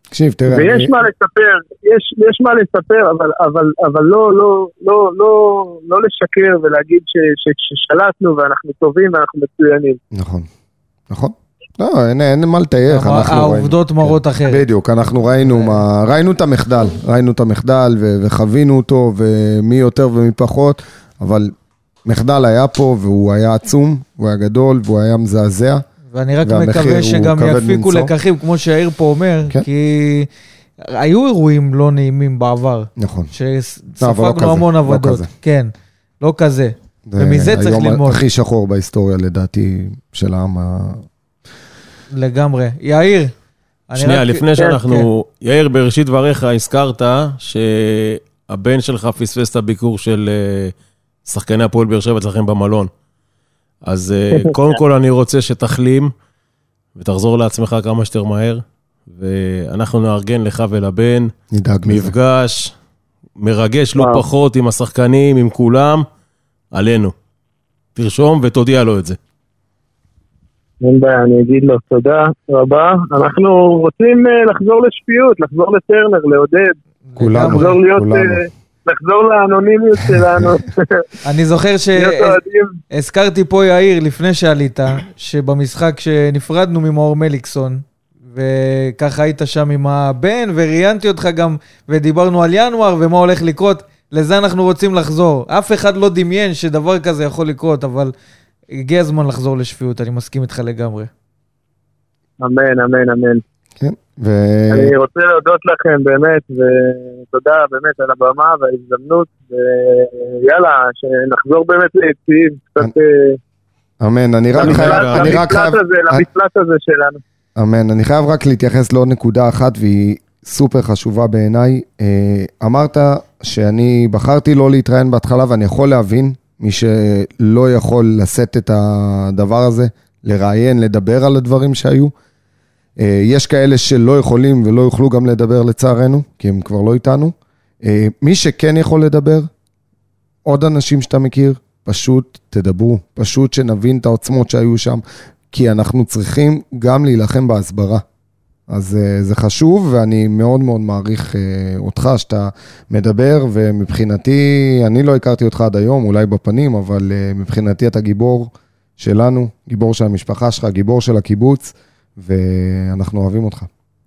תקשיב, תראה. ויש אני... מה לספר, יש, יש מה לספר, אבל, אבל, אבל לא, לא, לא, לא, לא לשקר ולהגיד ש, ש, ששלטנו ואנחנו טובים ואנחנו מצוינים. נכון, נכון. לא, אין, אין מה לתאר. העובדות מראות אחרת. בדיוק, אנחנו ראינו, מה, ראינו את המחדל, ראינו את המחדל ו, וחווינו אותו, ומי יותר ומי פחות, אבל מחדל היה פה והוא היה עצום, הוא היה גדול והוא היה מזעזע. ואני רק מקווה שגם יפיקו לקחים, כמו שהעיר פה אומר, כן? כי היו אירועים לא נעימים בעבר. נכון. שספגנו לא המון עבודות. לא כן, לא כזה. ומזה צריך ללמוד. היום הכי שחור בהיסטוריה, לדעתי, של העם ה... לגמרי. יאיר. שנייה, רק... לפני שאנחנו... כן. יאיר, בראשית דבריך הזכרת שהבן שלך פספס את הביקור של שחקני הפועל באר שבע אצלכם במלון. אז קודם כל אני רוצה שתחלים ותחזור לעצמך כמה שיותר מהר, ואנחנו נארגן לך ולבן מפגש מרגש לא פחות עם השחקנים, עם כולם, עלינו. תרשום ותודיע לו את זה. אין בעיה, אני אגיד לו תודה רבה. אנחנו רוצים לחזור לשפיות, לחזור לטרנר, לעודד. כולנו, לחזור להיות... כולנו. לחזור לאנונימיות שלנו. אני זוכר שהזכרתי פה יאיר לפני שעלית, שבמשחק שנפרדנו ממאור מליקסון, וככה היית שם עם הבן, וראיינתי אותך גם, ודיברנו על ינואר ומה הולך לקרות, לזה אנחנו רוצים לחזור. אף אחד לא דמיין שדבר כזה יכול לקרות, אבל הגיע הזמן לחזור לשפיות, אני מסכים איתך לגמרי. אמן, אמן, אמן. כן. ו... אני רוצה להודות לכם באמת, ותודה באמת על הבמה וההזדמנות, ויאללה, שנחזור באמת ליציאים, קצת... אמן, אני רק חייב... למפלט הזה שלנו. אמן, אני חייב רק להתייחס לעוד נקודה אחת, והיא סופר חשובה בעיניי. אמרת שאני בחרתי לא להתראיין בהתחלה, ואני יכול להבין, מי שלא יכול לשאת את הדבר הזה, לראיין, לדבר על הדברים שהיו, יש כאלה שלא יכולים ולא יוכלו גם לדבר לצערנו, כי הם כבר לא איתנו. מי שכן יכול לדבר, עוד אנשים שאתה מכיר, פשוט תדברו, פשוט שנבין את העוצמות שהיו שם, כי אנחנו צריכים גם להילחם בהסברה. אז זה חשוב, ואני מאוד מאוד מעריך אותך שאתה מדבר, ומבחינתי, אני לא הכרתי אותך עד היום, אולי בפנים, אבל מבחינתי אתה גיבור שלנו, גיבור של המשפחה שלך, גיבור של הקיבוץ, ואנחנו אוהבים אותך.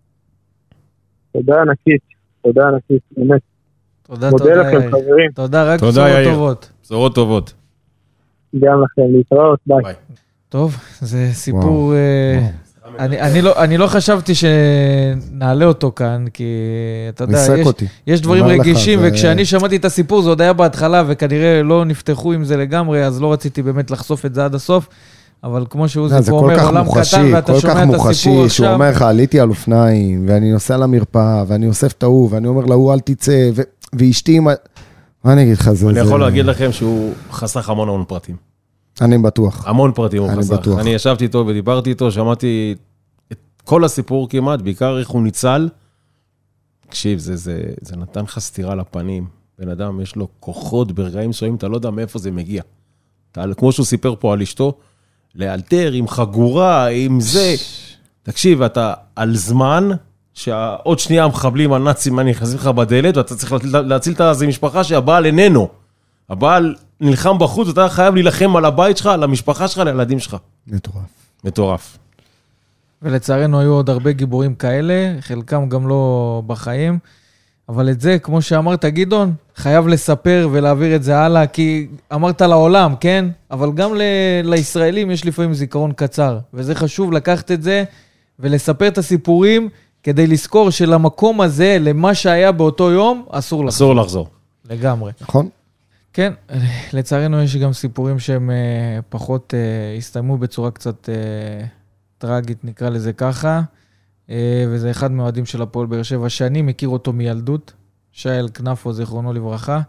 תודה ענקית, תודה ענקית, באמת. תודה, תודה, לכם, חברים. תודה, רק בשורות טובות. בשורות טובות. גם לכם, להתראות, ביי. טוב, זה סיפור... אני, אני לא, אני לא חשבתי שנעלה אותו כאן, כי אתה יודע, יש, יש דברים רגישים, וכשאני שמעתי את הסיפור, זה עוד היה בהתחלה, וכנראה לא נפתחו עם זה לגמרי, אז לא רציתי באמת לחשוף את זה עד הסוף, אבל כמו שהוא זה פה אומר, עולם קטן, ואתה שומע את הסיפור עכשיו. שהוא אומר לך, עליתי על אופניים, ואני נוסע למרפאה, ואני אוסף את ההוא, ואני אומר להוא, אל תצא, ואשתי, מה אני אגיד לך, זה... אני יכול להגיד לכם שהוא חסך המון המון פרטים. אני בטוח. המון פרטים הוא חסך. אני ישבתי איתו ודיברתי איתו, שמעתי את כל הסיפור כמעט, בעיקר איך הוא ניצל. תקשיב, זה, זה, זה נתן לך סתירה לפנים. בן אדם, יש לו כוחות ברגעים מסוימים, אתה לא יודע מאיפה זה מגיע. אתה, כמו שהוא סיפר פה על אשתו, לאלתר עם חגורה, עם זה. תקשיב, אתה על זמן, שעוד שנייה המחבלים הנאצים נכנסים לך בדלת, ואתה צריך להציל את הזה משפחה שהבעל איננו. הבעל נלחם בחוץ, ואתה חייב להילחם על הבית שלך, על המשפחה שלך, לילדים שלך. מטורף. מטורף. ולצערנו היו עוד הרבה גיבורים כאלה, חלקם גם לא בחיים, אבל את זה, כמו שאמרת גדעון, חייב לספר ולהעביר את זה הלאה, כי אמרת לעולם, כן? אבל גם ל- לישראלים יש לפעמים זיכרון קצר, וזה חשוב לקחת את זה ולספר את הסיפורים, כדי לזכור שלמקום הזה, למה שהיה באותו יום, אסור לחזור. אסור לחזור. לגמרי. נכון. כן, לצערנו יש גם סיפורים שהם פחות הסתיימו בצורה קצת טרגית, נקרא לזה ככה, וזה אחד מהאוהדים של הפועל באר שבע, שאני מכיר אותו מילדות, שייל כנפו, זיכרונו לברכה,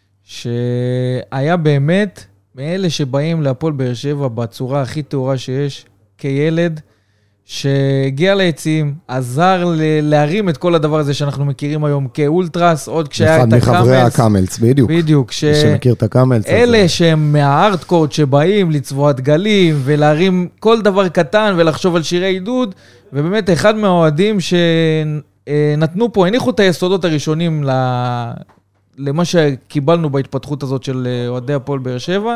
שהיה באמת מאלה שבאים להפועל באר שבע בצורה הכי טהורה שיש, כילד, שהגיע ליציאים, עזר להרים את כל הדבר הזה שאנחנו מכירים היום כאולטרס, עוד כשהיה את הקאמלס. אחד מחברי הקאמלס, בדיוק. בדיוק. ש... שמכיר את הקאמלס. אלה הזה. שהם מהארדקורט שבאים לצבוע דגלים, ולהרים כל דבר קטן, ולחשוב על שירי עידוד, ובאמת אחד מהאוהדים נתנו פה, הניחו את היסודות הראשונים למה שקיבלנו בהתפתחות הזאת של אוהדי הפועל באר שבע,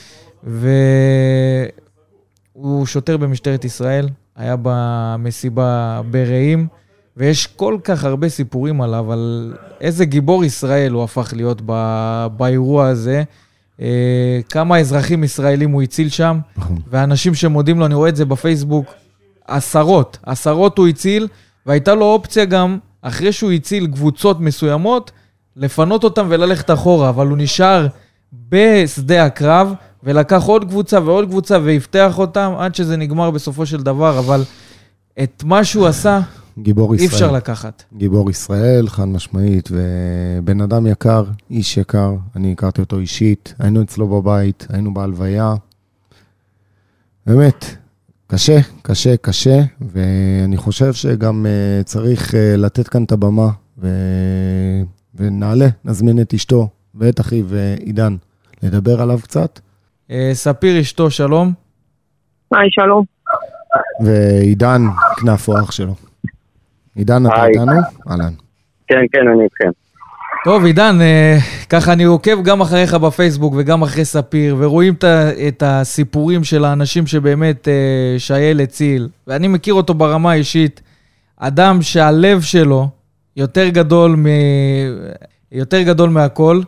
והוא שוטר במשטרת ישראל, היה במסיבה ברעים, ויש כל כך הרבה סיפורים עליו, על איזה גיבור ישראל הוא הפך להיות באירוע הזה, כמה אזרחים ישראלים הוא הציל שם, ואנשים שמודים לו, אני רואה את זה בפייסבוק, עשרות, עשרות הוא הציל, והייתה לו אופציה גם, אחרי שהוא הציל קבוצות מסוימות, לפנות אותם וללכת אחורה, אבל הוא נשאר בשדה הקרב, ולקח עוד קבוצה ועוד קבוצה, והבטח אותם עד שזה נגמר בסופו של דבר, אבל את מה שהוא עשה, גיבור אי ישראל. אפשר לקחת. גיבור ישראל, חד משמעית, ובן אדם יקר, איש יקר, אני הכרתי אותו אישית, היינו אצלו בבית, היינו בהלוויה, באמת, קשה, קשה, קשה, ואני חושב שגם uh, צריך uh, לתת כאן את הבמה, ו... ונעלה, נזמין את אשתו ואת אחיו ועידן, לדבר עליו קצת. Uh, ספיר אשתו, שלום. היי, שלום. ועידן כנפו אח שלו. עידן, אתה איתנו? אהלן. כן, כן, אני איתכם. טוב, עידן, ככה אני עוקב גם אחריך בפייסבוק וגם אחרי ספיר, ורואים את הסיפורים של האנשים שבאמת שייל הציל, ואני מכיר אותו ברמה האישית, אדם שהלב שלו יותר גדול, מ... יותר גדול מהכל,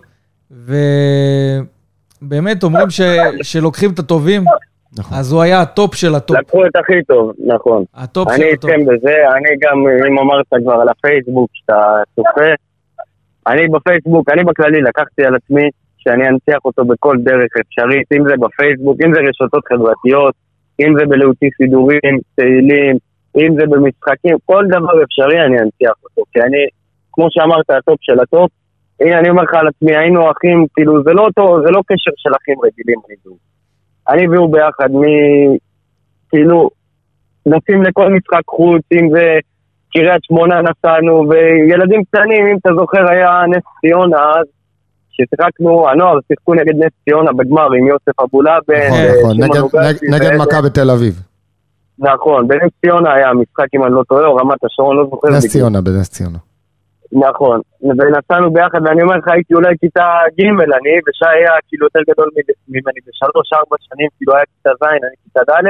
ובאמת אומרים ש... שלוקחים את הטובים, נכון. אז הוא היה הטופ של הטופ. לקחו את הכי טוב, נכון. הטופ של אני הטופ. איתכם בזה, אני גם, אם אמרת כבר על הפייסבוק שאתה צופה, אני בפייסבוק, אני בכללי לקחתי על עצמי שאני אנצח אותו בכל דרך אפשרית, אם זה בפייסבוק, אם זה רשתות חברתיות, אם זה בלהוציא סידורים, תהילים, אם זה במשחקים, כל דבר אפשרי אני אנצח אותו, כי אני, כמו שאמרת, הטופ של הטופ, הנה אני אומר לך על עצמי, היינו אחים, כאילו זה לא אותו, זה לא קשר של אחים רגילים, אני דו. אני והוא ביחד, מ... כאילו, נסים לכל משחק חוץ, אם זה קריית שמונה נסענו, וילדים קטנים, אם אתה זוכר, היה נס ציונה אז, ששיחקנו, הנוער שיחקו נגד נס ציונה בגמר עם יוסף אבולאבן. נכון, נכון, נגד מכבי בתל אביב. נכון, בנס ציונה היה משחק, אם אני לא טועה, או רמת השרון, לא זוכר. נס ציונה, בנס ציונה. נכון, ונסענו ביחד, ואני אומר לך, הייתי אולי כיתה ג' אני, ושי היה כאילו יותר גדול ממני בשלוש, ארבע שנים, כאילו היה כיתה ז', אני כיתה ד',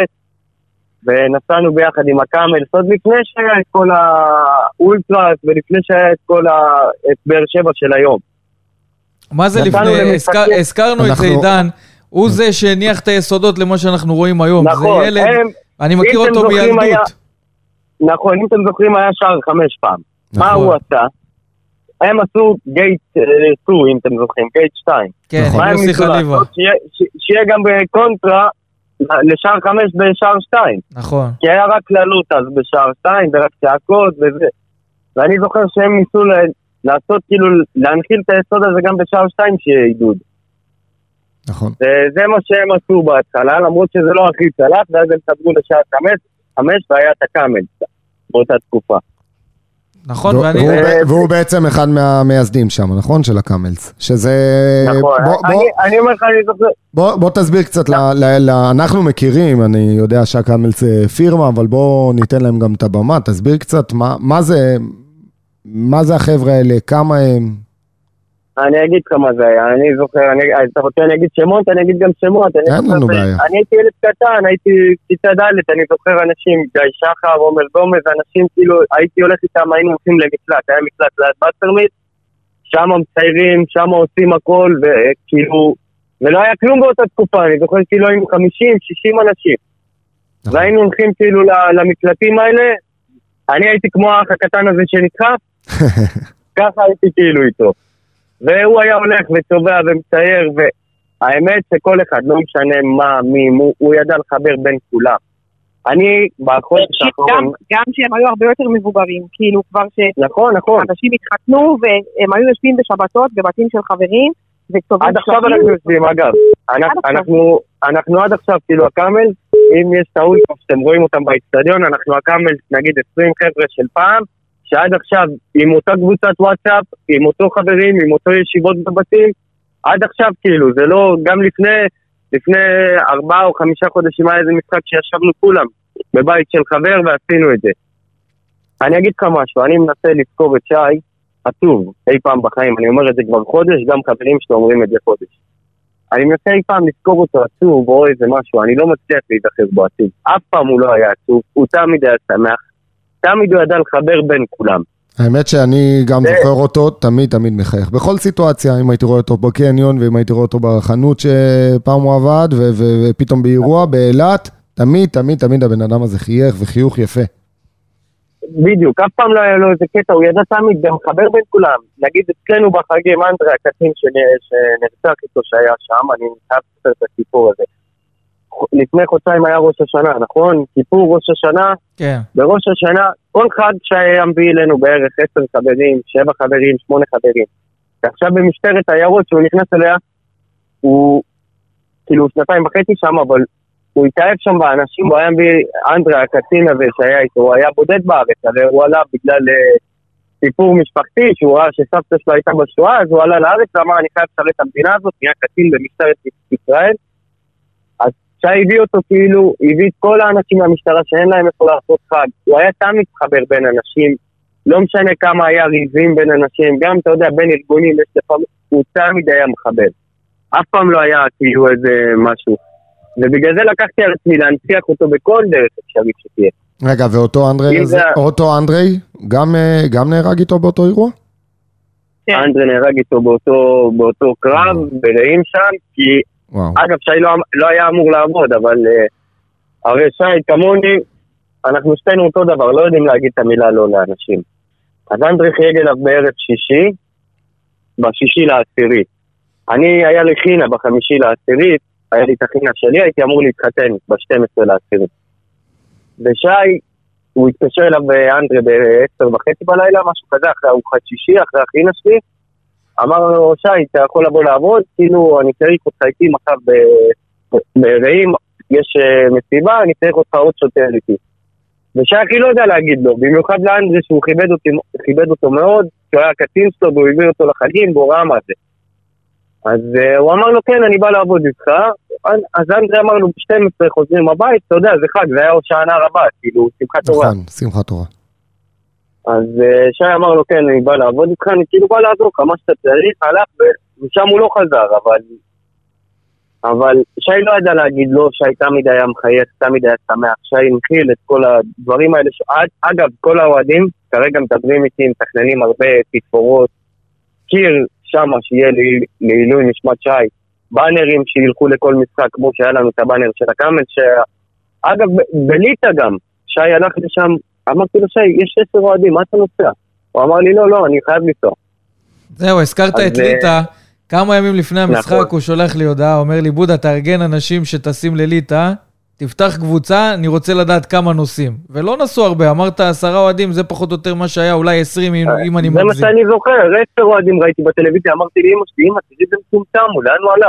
ונסענו ביחד עם הקאמל, עוד לפני שהיה את כל האולטרס, ולפני שהיה את כל ה... את באר שבע של היום. מה זה לפני? הזכרנו את זה, עידן, הוא זה שהניח את היסודות למה שאנחנו רואים היום. נכון, זה ילד, אני מכיר אותו מילדות. נכון, אם אתם זוכרים היה שער חמש פעם. מה הוא עשה? הם עשו גייט שתיים, אם אתם זוכרים, גייט שתיים. כן, יוסי חליבה. שיהיה גם בקונטרה לשער חמש בשער שתיים. נכון. כי היה רק כללות אז בשער שתיים, ורק צעקות וזה. ואני זוכר שהם ניסו לעשות, כאילו, להנחיל את היסוד הזה גם בשער שתיים שיהיה עידוד. נכון. וזה מה שהם עשו בהתחלה, למרות שזה לא הכי צלח, ואז הם סגרו לשער חמש, חמש והיה את הקאמל באותה תקופה. נכון, ואני... והוא בעצם אחד מהמייסדים שם, נכון? של הקאמלס. שזה... נכון, אני אומר לך, אני זוכר... בוא תסביר קצת, אנחנו מכירים, אני יודע שהקאמלס פירמה, אבל בוא ניתן להם גם את הבמה, תסביר קצת מה זה, מה זה החבר'ה האלה, כמה הם... אני אגיד כמה זה היה, אני זוכר, אתה רוצה אני אגיד שמות, אני אגיד גם שמות. אין לנו בעיה. אני הייתי ילד קטן, הייתי כיתה ד', אני זוכר אנשים, גיא שחר, עומר גומז, אנשים כאילו, הייתי הולך איתם, היינו הולכים למקלט, היה מקלט ליד בסטרמיט, שם מציירים, שם עושים הכל, וכאילו, ולא היה כלום באותה תקופה, אני זוכר כאילו היינו חמישים, שישים אנשים, והיינו הולכים כאילו למקלטים האלה, אני הייתי כמו האח הקטן הזה שנדחף, ככה הייתי כאילו איתו. והוא היה הולך וצובע ומצייר, והאמת שכל אחד, לא משנה מה, מי, הוא, הוא ידע לחבר בין כולם. אני, בחודש האחרון... גם שהם היו הרבה יותר מבוגרים, כאילו כבר ש... נכון, נכון. אנשים התחתנו, והם היו יושבים בשבתות, בבתים של חברים, וכתובים... עד עכשיו אנחנו יושבים, אגב. אנחנו, אנחנו עד עכשיו, כאילו, הקאמל, אם יש טעות שאתם רואים אותם באצטדיון, אנחנו הקאמל, נגיד עשרים חבר'ה של פעם, שעד עכשיו, עם אותה קבוצת וואטסאפ, עם אותו חברים, עם אותו ישיבות בבתים, עד עכשיו כאילו, זה לא, גם לפני, לפני ארבעה או חמישה חודשים היה איזה משחק שישבנו כולם, בבית של חבר ועשינו את זה. אני אגיד לך משהו, אני מנסה לזכור את שי עצוב אי פעם בחיים, אני אומר את זה כבר חודש, גם חברים שלו אומרים את זה חודש. אני מנסה אי פעם לזכור אותו עצוב או איזה משהו, אני לא מצליח להיזכר בו עצוב. אף פעם הוא לא היה עצוב, הוא תמיד היה שמח, תמיד הוא ידע לחבר בין כולם. האמת שאני גם זוכר אותו, תמיד תמיד מחייך. בכל סיטואציה, אם הייתי רואה אותו בקניון, ואם הייתי רואה אותו בחנות שפעם הוא עבד, ופתאום באירוע, באילת, תמיד, תמיד, תמיד הבן אדם הזה חייך וחיוך יפה. בדיוק, אף פעם לא היה לו איזה קטע, הוא ידע תמיד גם חבר בין כולם. נגיד אצלנו בחגים, אנדרי, הקצין שנרצח איתו שהיה שם, אני חייב לספר את הסיפור הזה. לפני חודשיים היה ראש השנה, נכון? כיפור ראש השנה, כן. בראש השנה, כל חג שהיה מביא אלינו בערך עשר חברים, שבע חברים, שמונה חברים. ועכשיו במשטרת היערות, שהוא נכנס אליה, הוא כאילו שנתיים וחצי שם, אבל הוא התאהב שם באנשים, הוא היה מביא אנדרי, הקצין הזה שהיה איתו, הוא היה בודד בארץ, הרי הוא עלה בגלל uh, סיפור משפחתי, שהוא ראה שסבתא שלו הייתה בשואה, אז הוא עלה לארץ ואמר, אני חייב לשרת את המדינה הזאת, נהיה קצין במשטרת ישראל. אז שי הביא אותו כאילו, הביא את כל האנשים מהמשטרה שאין להם איפה לעשות חג. הוא היה תמיד חבר בין אנשים, לא משנה כמה היה ריבים בין אנשים, גם אתה יודע, בין ארגונים, יש לפעמים, הוא תמיד היה מחבר. אף פעם לא היה כאילו איזה משהו. ובגלל זה לקחתי על עצמי להנציח אותו בכל דרך אפשרית שתהיה. רגע, ואותו אנדרי, זה... אותו אנדרי, גם, גם נהרג איתו באותו אירוע? כן. אנדרי נהרג איתו באותו, באותו קרב, ברעים שם, כי וואו. אגב, שי לא, לא היה אמור לעבוד, אבל uh, הרי שי כמוני, אנחנו שתינו אותו דבר, לא יודעים להגיד את המילה לא לאנשים. אז אנדרי חייג אליו בערב שישי, בשישי לעשירית. אני, היה לי חינה בחמישי לעשירית, היה לי את החינה שלי, הייתי אמור להתחתן ב-שתים עשרה לעשירית. ושי, הוא התקשר אליו אנדרי ב-עשר וחצי בלילה, משהו כזה, אחרי ארוחת שישי, אחרי החינה שלי, אמר לו, שי, אתה יכול לבוא לעבוד, כאילו, אני צריך אותך איתי מחר ברעים, יש מסיבה, אני צריך אותך עוד שוטר איתי. ושי הכי לא יודע להגיד לו, במיוחד לאנדרי שהוא כיבד, אותי, כיבד אותו מאוד, שהוא היה קצין שלו, והוא הביא אותו לחגים, והוא ראה מה זה. אז uh, הוא אמר לו, כן, אני בא לעבוד איתך, אז אנדרי אמר לו, ב-שתים עשרה חוזרים הבית, אתה יודע, זה חג, זה היה הושענא רבה, כאילו, שמחת תורה. נכון, שמחת תורה. אז שי אמר לו, כן, אני בא לעבוד איתך, אני כאילו בא לעזור לך, מה שאתה צריך, הלך, ושם הוא לא חזר, אבל אבל שי לא ידע להגיד לו, שי תמיד היה מחייך, תמיד היה שמח, שי הנחיל את כל הדברים האלה, אגב, כל האוהדים, כרגע מדברים איתי, מתכננים הרבה תתפורות, קיר שמה שיהיה לעילוי נשמת שי, בנרים שילכו לכל משחק, כמו שהיה לנו את הבנר של הקאמל, אגב, בליטה גם, שי הלך לשם, אמרתי לו, שי, יש עשר אוהדים, מה אתה נוסע? הוא אמר לי, לא, לא, אני חייב לנסוע. זהו, הזכרת את ליטה, כמה ימים לפני המשחק הוא שולח לי הודעה, אומר לי, בודה, תארגן אנשים שטסים לליטה, תפתח קבוצה, אני רוצה לדעת כמה נוסעים. ולא נסו הרבה, אמרת עשרה אוהדים, זה פחות או יותר מה שהיה, אולי עשרים אם אני מגזים. זה מה שאני זוכר, עשר אוהדים ראיתי בטלוויזיה, אמרתי לי, אמא שלי, אמא, תראי זה מצומצם, לאן הוא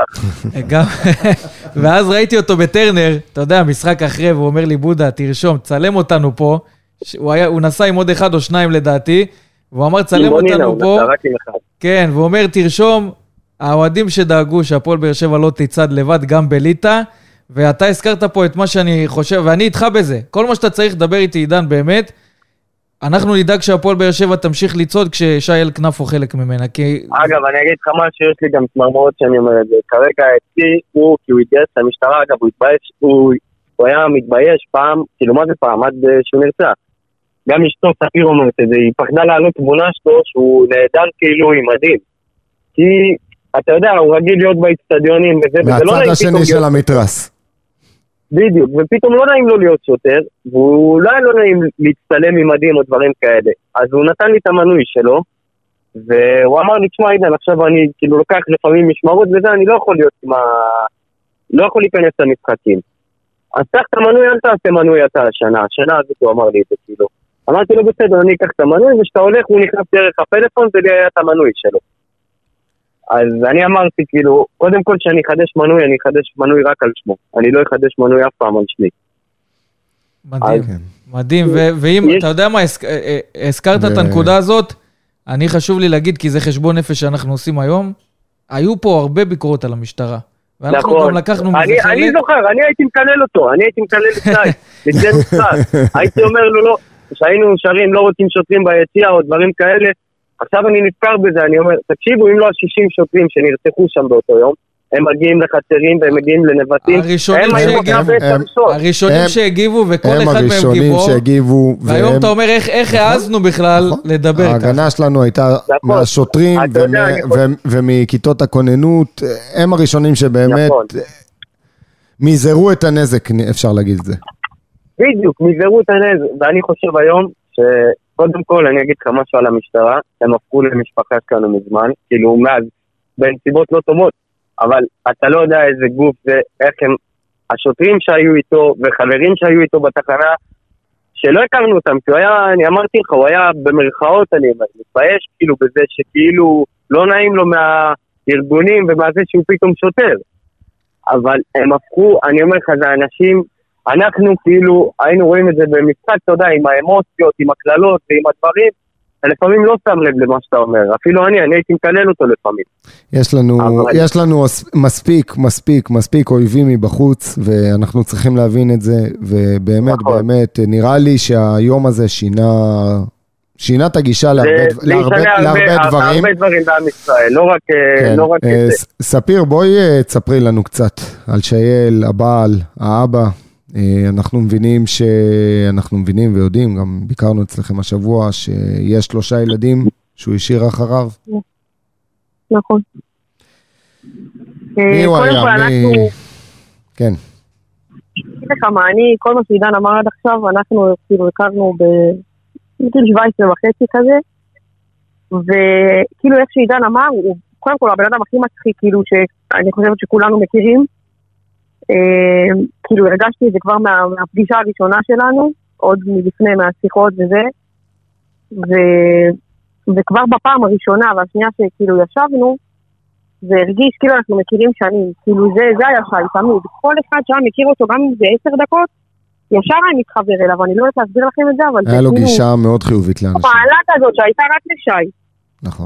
הלך? ואז ראיתי אותו בטרנר, אתה יודע, משחק אחרי, והוא אומר לי, בודה, תרשום, צלם אותנו פה, הוא נסע עם עוד אחד או שניים לדעתי, והוא אמר, צלם אותנו פה, כן, והוא אומר, תרשום, האוהדים שדאגו שהפועל באר שבע לא תצעד לבד גם בליטה, ואתה הזכרת פה את מה שאני חושב, ואני איתך בזה. כל מה שאתה צריך לדבר איתי, עידן, באמת, אנחנו נדאג שהפועל באר שבע תמשיך לצעוד כששי אלקנף הוא חלק ממנה. כי... אגב, אני אגיד לך מה שיש לי גם צמרמורת שאני אומר את זה. כרגע אצלי הוא, כי הוא התגייס למשטרה, אגב, הוא התבייש, הוא, הוא היה מתבייש פעם, כאילו מה זה פעם, עד שהוא נרצח. גם אשתו ספיר אומרת את זה, היא פחדה לעלות תמונה שלו שהוא נהדר כאילו עם מדים. כי אתה יודע, הוא רגיל להיות באצטדיונים וזה, וזה לא מהצד השני של המתרס. בדיוק, ופתאום לא נעים לו להיות שוטר, והוא לא היה לא נעים להצטלם עם מדים או דברים כאלה. אז הוא נתן לי את המנוי שלו, והוא אמר לי, תשמע עידן, עכשיו אני כאילו לוקח לפעמים משמרות וזה, אני לא יכול להיות עם ה... לא יכול להיכנס למשחקים. אז תח את המנוי, אל תעשה מנוי אתה השנה, השנה הזאת הוא אמר לי את זה כאילו. אמרתי לו בסדר, אני אקח את המנוי, ושאתה הולך הוא נכנס דרך הפלאפון, זה לי היה את המנוי שלו. אז אני אמרתי כאילו, קודם כל שאני אחדש מנוי, אני אחדש מנוי רק על שמו. אני לא אחדש מנוי אף פעם על שמי. מדהים, מדהים. ואם, אתה יודע מה, הזכרת את הנקודה הזאת, אני חשוב לי להגיד, כי זה חשבון נפש שאנחנו עושים היום, היו פה הרבה ביקורות על המשטרה. ואנחנו גם לקחנו מזה חלק. אני זוכר, אני הייתי מקלל אותו, אני הייתי מקלל את שי, לפני משחק. הייתי אומר לו, לא, שהיינו שרים לא רוצים שוטרים ביציאה או דברים כאלה, עכשיו אני נזכר בזה, אני אומר, תקשיבו, אם לא ה-שישים שוטרים שנרצחו שם באותו יום, הם מגיעים לחצרים והם מגיעים לנבטים, הראשונים הראשונים שהגיבו וכל אחד מהם גיבור, והיום אתה אומר איך העזנו בכלל לדבר ככה. ההגנה שלנו הייתה מהשוטרים ומכיתות הכוננות, הם הראשונים שבאמת מיזרו את הנזק, אפשר להגיד את זה. בדיוק, מיזרו את הנזק, ואני חושב היום שקודם כל אני אגיד לך משהו על המשטרה, הם הפכו למשפחה שלנו מזמן, כאילו מאז בנסיבות לא טובות, אבל אתה לא יודע איזה גוף זה, איך הם, השוטרים שהיו איתו וחברים שהיו איתו בתחנה, שלא הכרנו אותם, כי הוא היה, אני אמרתי לך, הוא היה במרכאות, אני מתבייש כאילו בזה שכאילו לא נעים לו מהארגונים ומה זה שהוא פתאום שוטר. אבל הם הפכו, אני אומר לך, זה אנשים, אנחנו כאילו היינו רואים את זה במשחק, אתה יודע, עם האמוציות, עם הכללות ועם הדברים, לפעמים לא שם לב למה שאתה אומר, אפילו אני, אני הייתי מקלל אותו לפעמים. יש לנו, אבל... יש לנו מספיק, מספיק, מספיק אויבים מבחוץ, ואנחנו צריכים להבין את זה, ובאמת, נכון. באמת, נראה לי שהיום הזה שינה, שינה את הגישה להרבה, זה, להרבה, זה להרבה הרבה, דברים. הרבה דברים בעם ישראל, לא רק, כן. לא רק אה, את זה. ספיר, בואי תספרי לנו קצת על שייל, הבעל, האבא. אנחנו מבינים שאנחנו מבינים ויודעים, גם ביקרנו אצלכם השבוע, שיש שלושה ילדים שהוא השאיר אחריו. נכון. מי הוא היה? מי... כן. לך מה, אני, כל מה שעידן אמר עד עכשיו, אנחנו כאילו הכרנו בגיל שבע עשרה וחצי כזה, וכאילו איך שעידן אמר, הוא קודם כל הבן אדם הכי מצחיק, כאילו שאני חושבת שכולנו מכירים, כאילו הרגשתי את זה כבר מהפגישה הראשונה שלנו, עוד מלפני מהשיחות וזה, וכבר בפעם הראשונה והשנייה שכאילו ישבנו, זה הרגיש כאילו אנחנו מכירים שנים, כאילו זה היה שי תמיד, כל אחד שם מכיר אותו גם אם זה עשר דקות, ישר אני מתחבר אליו, אני לא יודעת להסביר לכם את זה, אבל היה לו גישה מאוד חיובית לאנשים. הפעלת הזאת שהייתה רק לשי. נכון.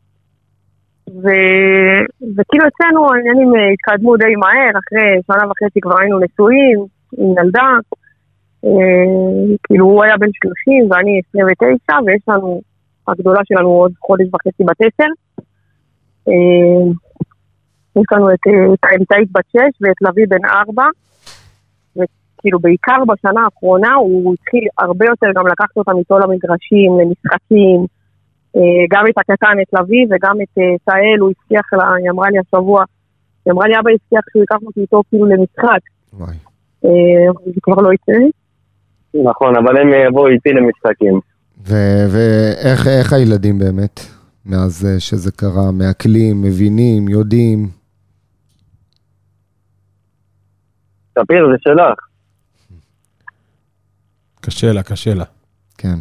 ו- וכאילו אצלנו העניינים התקדמו די מהר, אחרי שנה וחצי כבר היינו נשואים, עם ילדה, אה, כאילו הוא היה בן שלושים ואני עשרים ותשע, ויש לנו, הגדולה שלנו עוד חודש וחצי בת עשר, אה, יש לנו את האמצעית בת שש ואת לוי בן ארבע, וכאילו בעיקר בשנה האחרונה הוא התחיל הרבה יותר גם לקחת אותם איתו למגרשים, למשחקים, גם את הקטן, את לוי, וגם את סאל, הוא הבטיח לה, היא אמרה לי השבוע, היא אמרה לי, אבא הבטיח שהוא ייקח אותי איתו כאילו למשחק. וואי. זה כבר לא יצא. נכון, אבל הם יבואו איתי למשחקים. ואיך הילדים באמת, מאז שזה קרה, מעכלים, מבינים, יודעים? ספיר, זה שלך. קשה לה, קשה לה. כן.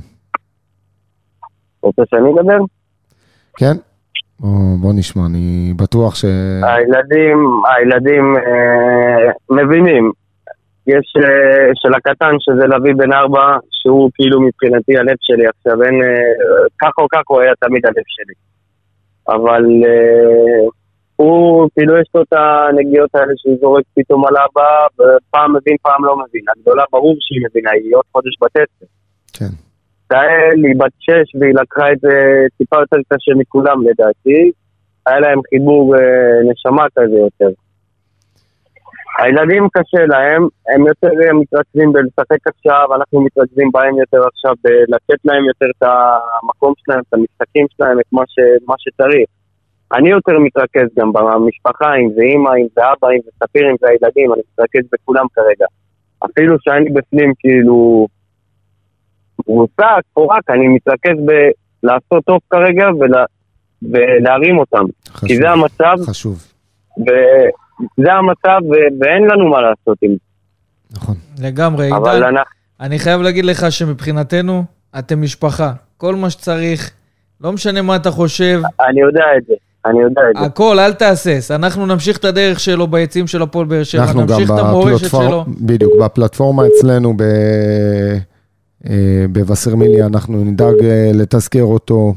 רוצה שאני אדבר? כן. בוא, בוא נשמע, אני בטוח ש... הילדים, הילדים אה, מבינים. יש אה, של הקטן שזה לוי בן ארבע, שהוא כאילו מבחינתי הלב שלי עכשיו, אין, אה, כך או כך הוא היה תמיד הלב שלי. אבל אה, הוא, כאילו יש לו את הנגיעות האלה שהוא זורק פתאום על אבא, פעם מבין, פעם לא מבין. הגדולה ברור שהיא מבינה, היא עוד חודש בתצר. כן. סאל היא בת שש והיא לקחה את זה טיפה יותר קשה מכולם לדעתי, היה להם חיבור נשמה כזה יותר. הילדים קשה להם, הם יותר מתרכזים בלשחק עכשיו, אנחנו מתרכזים בהם יותר עכשיו, לתת להם יותר את המקום שלהם, את המשחקים שלהם, את מה, ש, מה שצריך. אני יותר מתרכז גם במשפחה, אם זה אמא, אם זה אבא, אם זה ספיר, אם זה הילדים, אני מתרכז בכולם כרגע. אפילו שאני בפנים כאילו... רוסק, פורק, אני מתרכז בלעשות טוב כרגע ולה, ולהרים אותם. חשוב, כי זה המצב. חשוב. וזה המצב ו, ואין לנו מה לעשות עם זה. נכון. לגמרי, עידן. אנחנו... אני חייב להגיד לך שמבחינתנו, אתם משפחה. כל מה שצריך, לא משנה מה אתה חושב. אני יודע את זה. אני יודע את זה. הכל, אל תעשס. אנחנו נמשיך את הדרך שלו ביציעים של הפועל באר שבע. אנחנו נמשיך גם את המורשת שלו. בדיוק, בפלטפורמה אצלנו ב... בווסרמיליה אנחנו נדאג לתזכר אותו,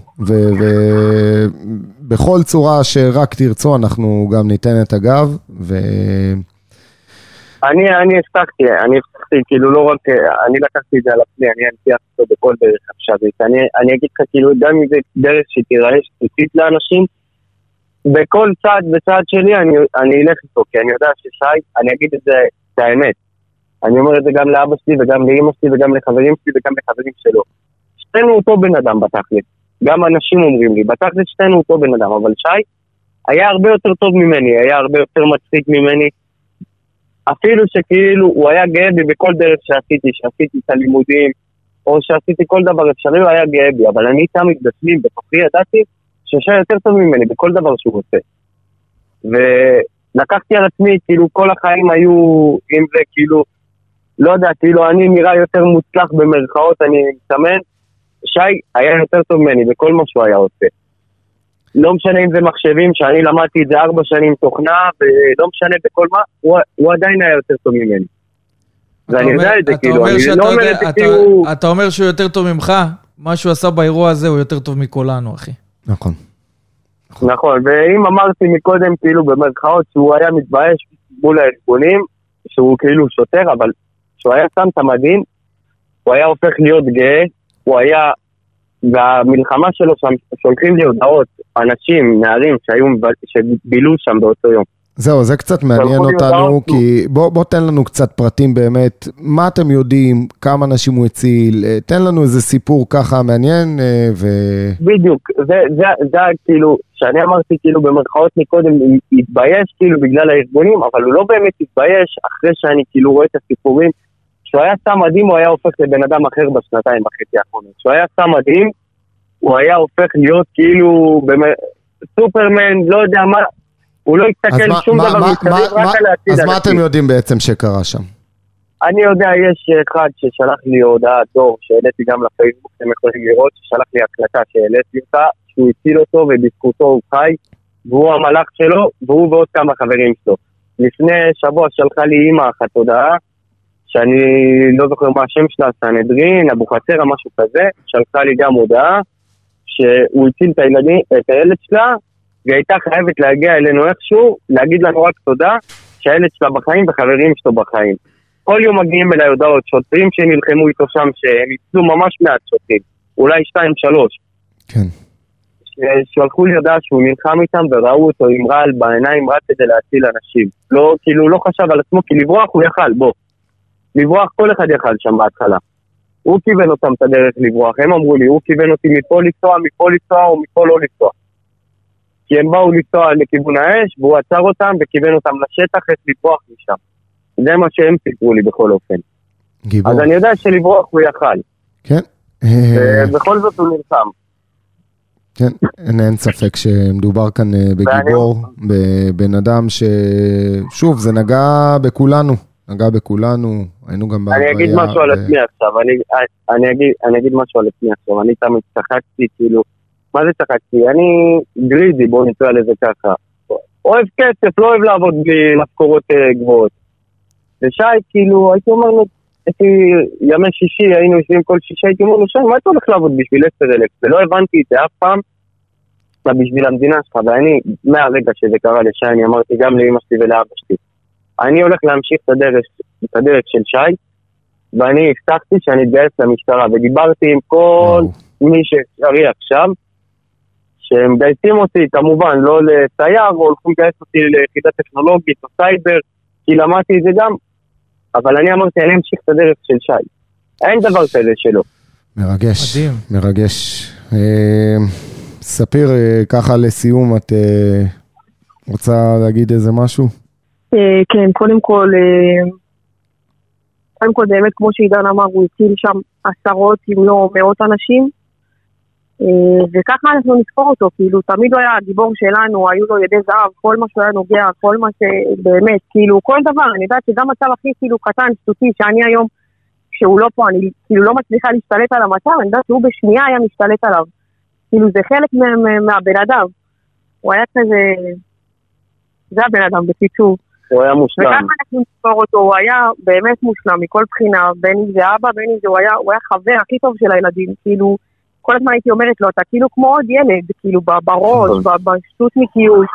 ובכל צורה שרק תרצו אנחנו גם ניתן את הגב. אני אני הבטחתי, אני הבטחתי אמרתי, כאילו לא רק, אני לקחתי את זה על עצמי, אני אנתיח אותו בכל דרך עכשווית. אני, אני אגיד לך, כאילו, גם אם זה דרך שתיראה שתוצית לאנשים, בכל צעד וצעד שלי אני, אני אלך איתו, כי אני יודע ששי, אני אגיד את זה, את האמת. אני אומר את זה גם לאבא שלי וגם לאמא שלי וגם לחברים שלי וגם לחברים שלו. שתינו אותו בן אדם בתכלית. גם אנשים אומרים לי, בתכלית שתינו אותו בן אדם, אבל שי היה הרבה יותר טוב ממני, היה הרבה יותר מצחיק ממני. אפילו שכאילו הוא היה גאה בי בכל דרך שעשיתי, שעשיתי את הלימודים, או שעשיתי כל דבר אפשרי, הוא היה גאה בי, אבל אני תמיד בפנים, בתוכי ידעתי ששי יותר טוב ממני בכל דבר שהוא עושה. ולקחתי על עצמי, כאילו כל החיים היו, אם זה כאילו, לא יודע, כאילו אני נראה יותר מוצלח במרכאות, אני מסמן, שי היה יותר טוב ממני בכל מה שהוא היה עושה. לא משנה אם זה מחשבים, שאני למדתי את זה ארבע שנים תוכנה, ולא משנה בכל מה, הוא, הוא עדיין היה יותר טוב ממני. ואני יודע את זה, כאילו, אני לא אומר את זה כאילו... אתה אומר שהוא יותר טוב ממך, מה שהוא עשה באירוע הזה הוא יותר טוב מכולנו, אחי. נכון. נכון, ואם אמרתי מקודם, כאילו, במרכאות, שהוא היה מתבייש מול הארגונים, שהוא כאילו שוטר, אבל כשהוא היה שם את המדים, הוא היה הופך להיות גאה, הוא היה... והמלחמה שלו שם, שולחים לי הודעות, אנשים, נערים שהיו, שבילו שם באותו יום. זהו, זה קצת מעניין אותנו, כי בוא, בוא תן לנו קצת פרטים באמת, מה אתם יודעים, כמה אנשים הוא הציל, תן לנו איזה סיפור ככה מעניין, ו... בדיוק, זה, זה, זה כאילו, שאני אמרתי כאילו במרכאות מקודם, התבייש כאילו בגלל הארגונים, אבל הוא לא באמת התבייש, אחרי שאני כאילו רואה את הסיפורים, כשהוא היה שם מדהים, הוא היה הופך לבן אדם אחר בשנתיים וחצי האחרונות. כשהוא היה שם מדהים, הוא היה הופך להיות כאילו סופרמן, לא יודע מה, הוא לא יסתכל שום דבר מסביב, רק על העתיד. אז מה אתם יודעים בעצם שקרה שם? אני יודע, יש אחד ששלח לי הודעה דור, שהעליתי גם לפייסבוק, אתם יכולים לראות, ששלח לי הקלטה שהעליתי אותה, שהוא הציל אותו ובזכותו הוא חי, והוא המלאך שלו, והוא ועוד כמה חברים שלו. לפני שבוע שלחה לי אמא אחת הודעה, שאני לא זוכר מה השם שלה, סנהדרין, אבו חצרה, משהו כזה, שלחה לי גם הודעה, שהוא הציל את הילדים, את הילד שלה, והיא הייתה חייבת להגיע אלינו איכשהו, להגיד לנו רק תודה, שהילד שלה בחיים וחברים שלו בחיים. כל יום מגיעים אליי הודעות, שוטרים שנלחמו איתו שם, שהם יצאו ממש מעט שוטרים, אולי שתיים, שלוש. כן. שלחו לי הודעה שהוא נלחם איתם, וראו אותו עם רעל בעיניים, רק כדי להציל אנשים. לא, כאילו, לא חשב על עצמו, כי לברוח הוא יכל, בוא. לברוח כל אחד יכל שם בהתחלה. הוא כיוון אותם את הדרך לברוח, הם אמרו לי, הוא כיוון אותי מפה לנסוע, מפה לנסוע או מפה לא לנסוע. כי הם באו לנסוע לכיוון האש, והוא עצר אותם וכיוון אותם לשטח, איך לברוח משם. זה מה שהם סיפרו לי בכל אופן. גיבור. אז אני יודע שלברוח הוא יכל. כן. ובכל זאת הוא נלחם. כן, אין ספק שמדובר כאן בגיבור, בבן אדם ששוב, זה נגע בכולנו. נגע בכולנו, היינו גם בעבודה. אני אגיד משהו על עצמי עכשיו, אני אגיד משהו על עצמי עכשיו, אני תמיד צחקתי, כאילו, מה זה צחקתי? אני גרידי, בואו נקרא לזה ככה. אוהב כסף, לא אוהב לעבוד בלי משכורות גבוהות. ושי, כאילו, הייתי אומר לו, הייתי ימי שישי, היינו יושבים כל שישי, הייתי אומר לו, שי, מה אתה הולך לעבוד בשביל עשר אלף? ולא הבנתי את זה אף פעם, מה בשביל המדינה שלך, ואני, מהרגע שזה קרה לשי, אני אמרתי גם לאמא שלי ולאבא שלי. אני הולך להמשיך את הדרך, את הדרך של שי, ואני הבטחתי שאני אתגייס למשטרה, ודיברתי עם כל מי שאפשרי עכשיו, שהם גייסים אותי, כמובן, לא לסייר, או הולכים לגייס אותי ליחידה טכנולוגית או סייבר, כי למדתי את זה גם, אבל אני אמרתי, אני אמשיך את הדרך של שי. אין דבר כזה שלו. מרגש, מדהים. מרגש. ספיר, ככה לסיום, את רוצה להגיד איזה משהו? כן, קודם כל, קודם כל באמת כמו שעידן אמר, הוא הציל שם עשרות אם לא מאות אנשים, וככה אנחנו נזכור אותו, כאילו תמיד הוא היה הגיבור שלנו, היו לו ידי זהב, כל מה שהוא היה נוגע, כל מה שבאמת, כאילו כל דבר, אני יודעת שגם מצב הכי כאילו קטן, שטותי, שאני היום, כשהוא לא פה, אני כאילו לא מצליחה להשתלט על המצב, אני יודעת שהוא בשנייה היה משתלט עליו, כאילו זה חלק מהבן אדם, הוא היה כזה, זה הבן אדם בקיצור. הוא היה מושלם. וככה אנחנו נזכור אותו, הוא היה באמת מושלם מכל בחינה, בין אם זה אבא, בין אם זה, הוא היה, הוא היה חבר הכי טוב של הילדים, כאילו, כל הזמן הייתי אומרת לו, אתה כאילו כמו עוד ילד, כאילו, בראש, בשטותניקיות,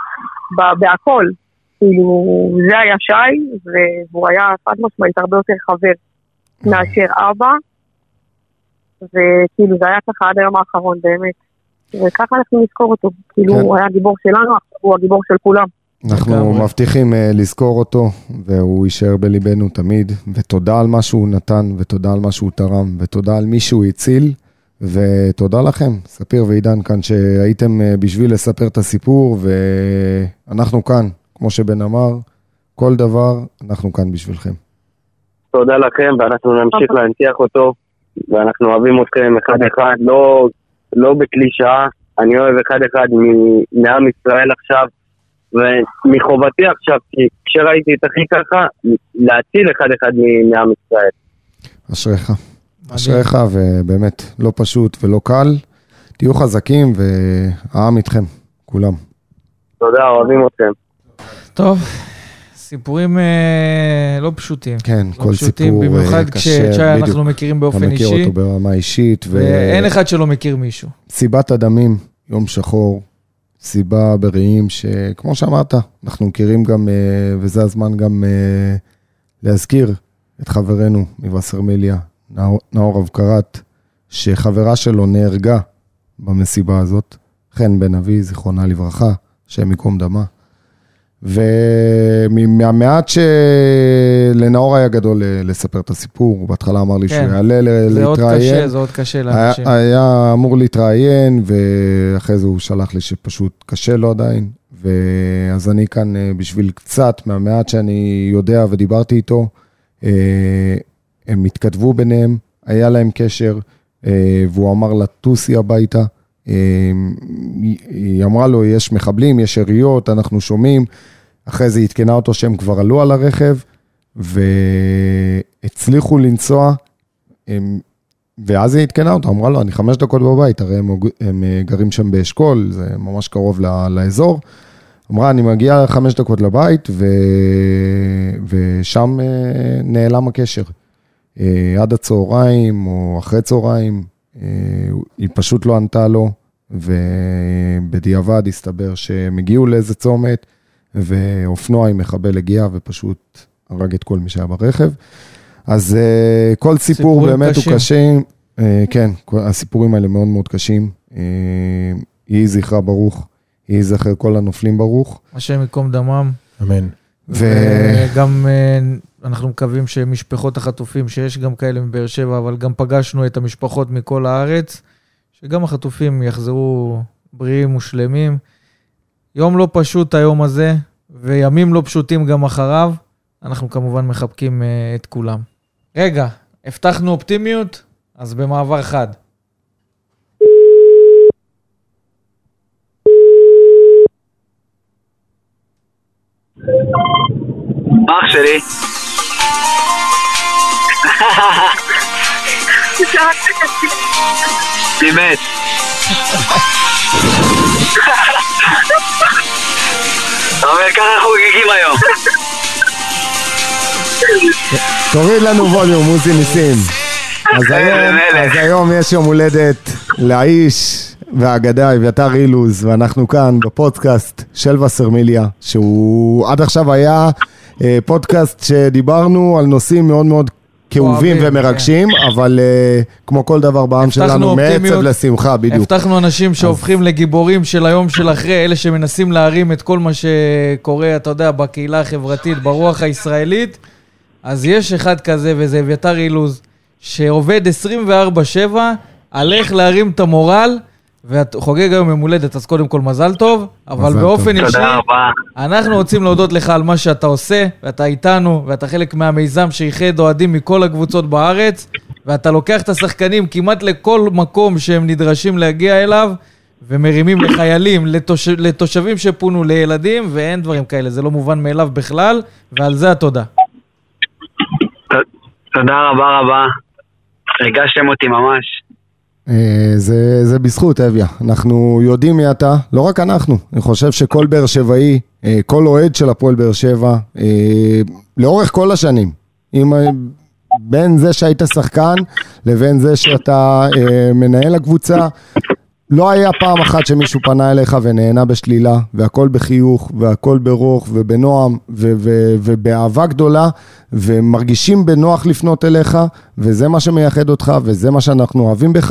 בהכל, כאילו, זה היה שי, והוא היה חד משמעית הרבה יותר חבר, מאשר אבא, וכאילו זה היה ככה עד היום האחרון באמת. וככה אנחנו נזכור אותו, כאילו הוא היה גיבור שלנו, הוא הגיבור של כולם. אנחנו מבטיחים לזכור אותו, והוא יישאר בליבנו תמיד, ותודה על מה שהוא נתן, ותודה על מה שהוא תרם, ותודה על מי שהוא הציל, ותודה לכם, ספיר ועידן כאן, שהייתם בשביל לספר את הסיפור, ואנחנו כאן, כמו שבן אמר, כל דבר, אנחנו כאן בשבילכם. תודה לכם, ואנחנו נמשיך להנציח אותו, ואנחנו אוהבים אתכם אחד אחד, לא, לא בקלישאה, אני אוהב אחד אחד מעם ישראל עכשיו, ומחובתי עכשיו, כי כשראיתי את אחי ככה, להציל אחד אחד מעם ישראל. אשריך, אשריך, ובאמת לא פשוט ולא קל, תהיו חזקים והעם איתכם, כולם. תודה, אוהבים אתכם. טוב. סיפורים אה, לא פשוטים. כן, לא כל פשוטים, סיפור במיוחד כשאנחנו מכירים באופן אישי. אתה מכיר אותו ברמה אישית. ואין ו... אחד שלא מכיר מישהו. סיבת הדמים, יום שחור, סיבה ברעים, שכמו שאמרת, אנחנו מכירים גם, וזה הזמן גם להזכיר את חברנו מבשרמיליה, נאור, נאור אבקרת, שחברה שלו נהרגה במסיבה הזאת, חן בן אבי, זיכרונה לברכה, שם מקום דמה. ומהמעט שלנאור היה גדול לספר את הסיפור, הוא בהתחלה אמר לי שהוא יעלה להתראיין. זה עוד קשה, זה עוד קשה לאנשים. היה אמור להתראיין, ואחרי זה הוא שלח לי שפשוט קשה לו עדיין, ואז אני כאן בשביל קצת, מהמעט שאני יודע ודיברתי איתו, הם התכתבו ביניהם, היה להם קשר, והוא אמר לטוסי הביתה, היא אמרה לו, יש מחבלים, יש יריות, אנחנו שומעים, אחרי זה התקנה אותו שהם כבר עלו על הרכב, והצליחו לנסוע, ואז היא התקנה אותו, אמרה לו, אני חמש דקות בבית, הרי הם, הם גרים שם באשכול, זה ממש קרוב לאזור, אמרה, אני מגיע חמש דקות לבית, ו... ושם נעלם הקשר, עד הצהריים או אחרי צהריים, היא פשוט לא ענתה לו, ובדיעבד הסתבר שהם הגיעו לאיזה צומת, ואופנוע עם מחבל הגיע, ופשוט הרג את כל מי שהיה ברכב. אז כל סיפור באמת קשים. הוא קשה, כן, הסיפורים האלה מאוד מאוד קשים. יהי זכרה ברוך, יהי זכר כל הנופלים ברוך. השם יקום דמם. אמן. וגם אנחנו מקווים שמשפחות החטופים, שיש גם כאלה מבאר שבע, אבל גם פגשנו את המשפחות מכל הארץ, שגם החטופים יחזרו בריאים ושלמים. יום לא פשוט היום הזה, וימים לא פשוטים גם אחריו. אנחנו כמובן מחבקים את כולם. רגע, הבטחנו אופטימיות, אז במעבר חד. אח שלי. באמת. אבל ככה חוגגים היום. תוריד לנו ווליום, מוזי ניסים. אז היום, אז היום יש יום הולדת לאיש והאגדה אביתר אילוז, ואנחנו כאן בפודקאסט של וסרמיליה, שהוא עד עכשיו היה פודקאסט שדיברנו על נושאים מאוד מאוד כאובים ומרגשים, אבל כמו כל דבר בעם שלנו, מעצב לשמחה, בדיוק. הבטחנו אנשים שהופכים לגיבורים של היום של אחרי, אלה שמנסים להרים את כל מה שקורה, אתה יודע, בקהילה החברתית, ברוח הישראלית, אז יש אחד כזה, וזה אביתר אילוז, שעובד עשרים וארבע שבע, הלך להרים את המורל, ואת חוגג היום ממולדת, אז קודם כל מזל טוב, אבל באופן אישי, אנחנו רוצים להודות לך על מה שאתה עושה, ואתה איתנו, ואתה חלק מהמיזם שיחד אוהדים מכל הקבוצות בארץ, ואתה לוקח את השחקנים כמעט לכל מקום שהם נדרשים להגיע אליו, ומרימים לחיילים, לתוש... לתושבים שפונו, לילדים, ואין דברים כאלה, זה לא מובן מאליו בכלל, ועל זה התודה. תודה רבה רבה, הרגשתם אותי ממש. זה, זה בזכות, אביה. אנחנו יודעים מי אתה, לא רק אנחנו. אני חושב שכל באר שבעי, כל אוהד של הפועל באר שבע, לאורך כל השנים, עם, בין זה שהיית שחקן, לבין זה שאתה מנהל הקבוצה, לא היה פעם אחת שמישהו פנה אליך ונהנה בשלילה, והכל בחיוך, והכל ברוך, ובנועם, ו- ו- ובאהבה גדולה, ומרגישים בנוח לפנות אליך, וזה מה שמייחד אותך, וזה מה שאנחנו אוהבים בך,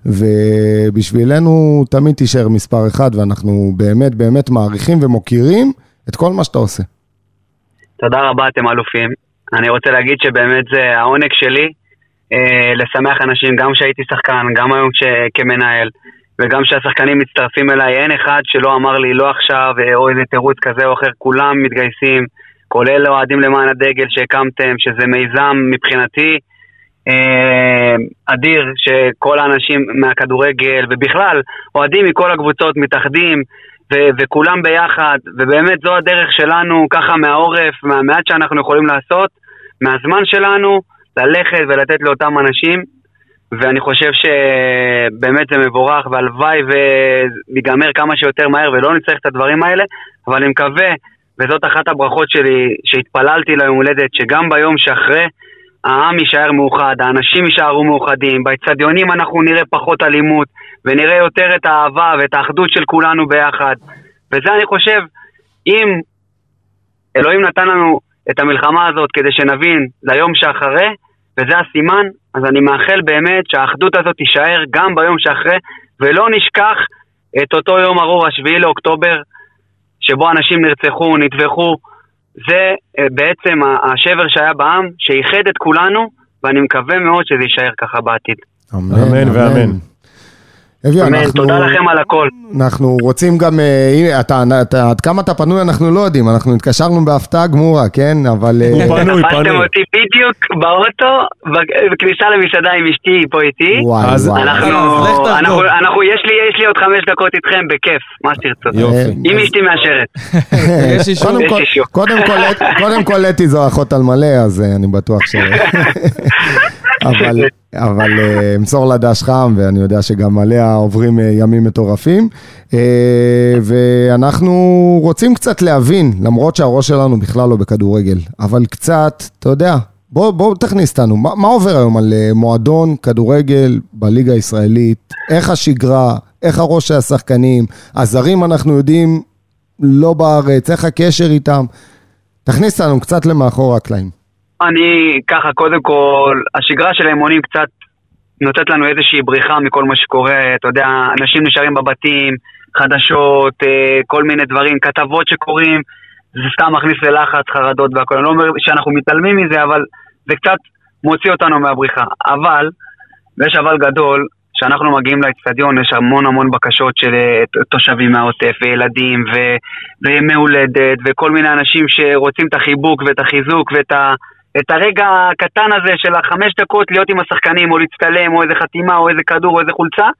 ובשבילנו תמיד תישאר מספר אחד, ואנחנו באמת באמת מעריכים ומוקירים את כל מה שאתה עושה. תודה רבה, אתם אלופים. אני רוצה להגיד שבאמת זה העונג שלי, אה, לשמח אנשים, גם שהייתי שחקן, גם היום ש- כמנהל, וגם שהשחקנים מצטרפים אליי, אין אחד שלא אמר לי לא עכשיו, או איזה תירוץ כזה או אחר, כולם מתגייסים, כולל אוהדים למען הדגל שהקמתם, שזה מיזם מבחינתי אה, אדיר, שכל האנשים מהכדורגל, ובכלל, אוהדים מכל הקבוצות מתאחדים, ו- וכולם ביחד, ובאמת זו הדרך שלנו, ככה מהעורף, מהמעט שאנחנו יכולים לעשות, מהזמן שלנו, ללכת ולתת לאותם אנשים, ואני חושב שבאמת זה מבורך, והלוואי ויגמר כמה שיותר מהר, ולא נצטרך את הדברים האלה, אבל אני מקווה, וזאת אחת הברכות שלי, שהתפללתי ליום הולדת, שגם ביום שאחרי, העם יישאר מאוחד, האנשים יישארו מאוחדים, באצטדיונים אנחנו נראה פחות אלימות, ונראה יותר את האהבה ואת האחדות של כולנו ביחד. וזה אני חושב, אם אלוהים נתן לנו את המלחמה הזאת כדי שנבין ליום שאחרי, וזה הסימן, אז אני מאחל באמת שהאחדות הזאת תישאר גם ביום שאחרי, ולא נשכח את אותו יום ארור, השביעי לאוקטובר, שבו אנשים נרצחו, נטבחו. זה בעצם השבר שהיה בעם, שייחד את כולנו, ואני מקווה מאוד שזה יישאר ככה בעתיד. אמן, אמן ואמן. אבי, אמן, אנחנו, תודה לכם על הכל. אנחנו רוצים גם, אה, אתה, אתה, עד כמה אתה פנוי אנחנו לא יודעים, אנחנו התקשרנו בהפתעה גמורה, כן? אבל... הוא פנוי, תפסתם פנוי. אותי בדיוק באוטו, בכניסה למסעדה עם אשתי פה איתי. וואי, אז- וואי. אנחנו, אז לך תחגוג. אנחנו, אנחנו, יש לי, יש לי עוד חמש דקות איתכם, בכיף, מה שתרצו. יופי. אם אשתי מאשרת. יש אישור. קודם יש כל- אישור. קודם כל, קודם כל לתי זו אחות על מלא, אז אה, אני בטוח ש... אבל, אבל אה, אמסור לה דש חם, ואני יודע שגם עליה עוברים אה, ימים מטורפים, אה, ואנחנו רוצים קצת להבין, למרות שהראש שלנו בכלל לא בכדורגל, אבל קצת, אתה יודע, בוא, בוא תכניס אותנו, מה, מה עובר היום על אה, מועדון כדורגל בליגה הישראלית, איך השגרה, איך הראש של השחקנים, הזרים אנחנו יודעים לא בארץ, איך הקשר איתם, תכניס אותנו קצת למאחור הקלעים. אני ככה, קודם כל, השגרה של האימונים קצת נותנת לנו איזושהי בריחה מכל מה שקורה, אתה יודע, אנשים נשארים בבתים, חדשות, כל מיני דברים, כתבות שקורים, זה סתם מכניס ללחץ, חרדות והכל. אני לא אומר שאנחנו מתעלמים מזה, אבל זה קצת מוציא אותנו מהבריחה. אבל, ויש אבל גדול, שאנחנו מגיעים לאצטדיון, יש המון המון בקשות של תושבים מהעוטף, וילדים, ו- ומהולדת, וכל מיני אנשים שרוצים את החיבוק ואת החיזוק ואת ה... את הרגע הקטן הזה של החמש דקות להיות עם השחקנים, או להצטלם, או איזה חתימה, או איזה כדור, או איזה חולצה,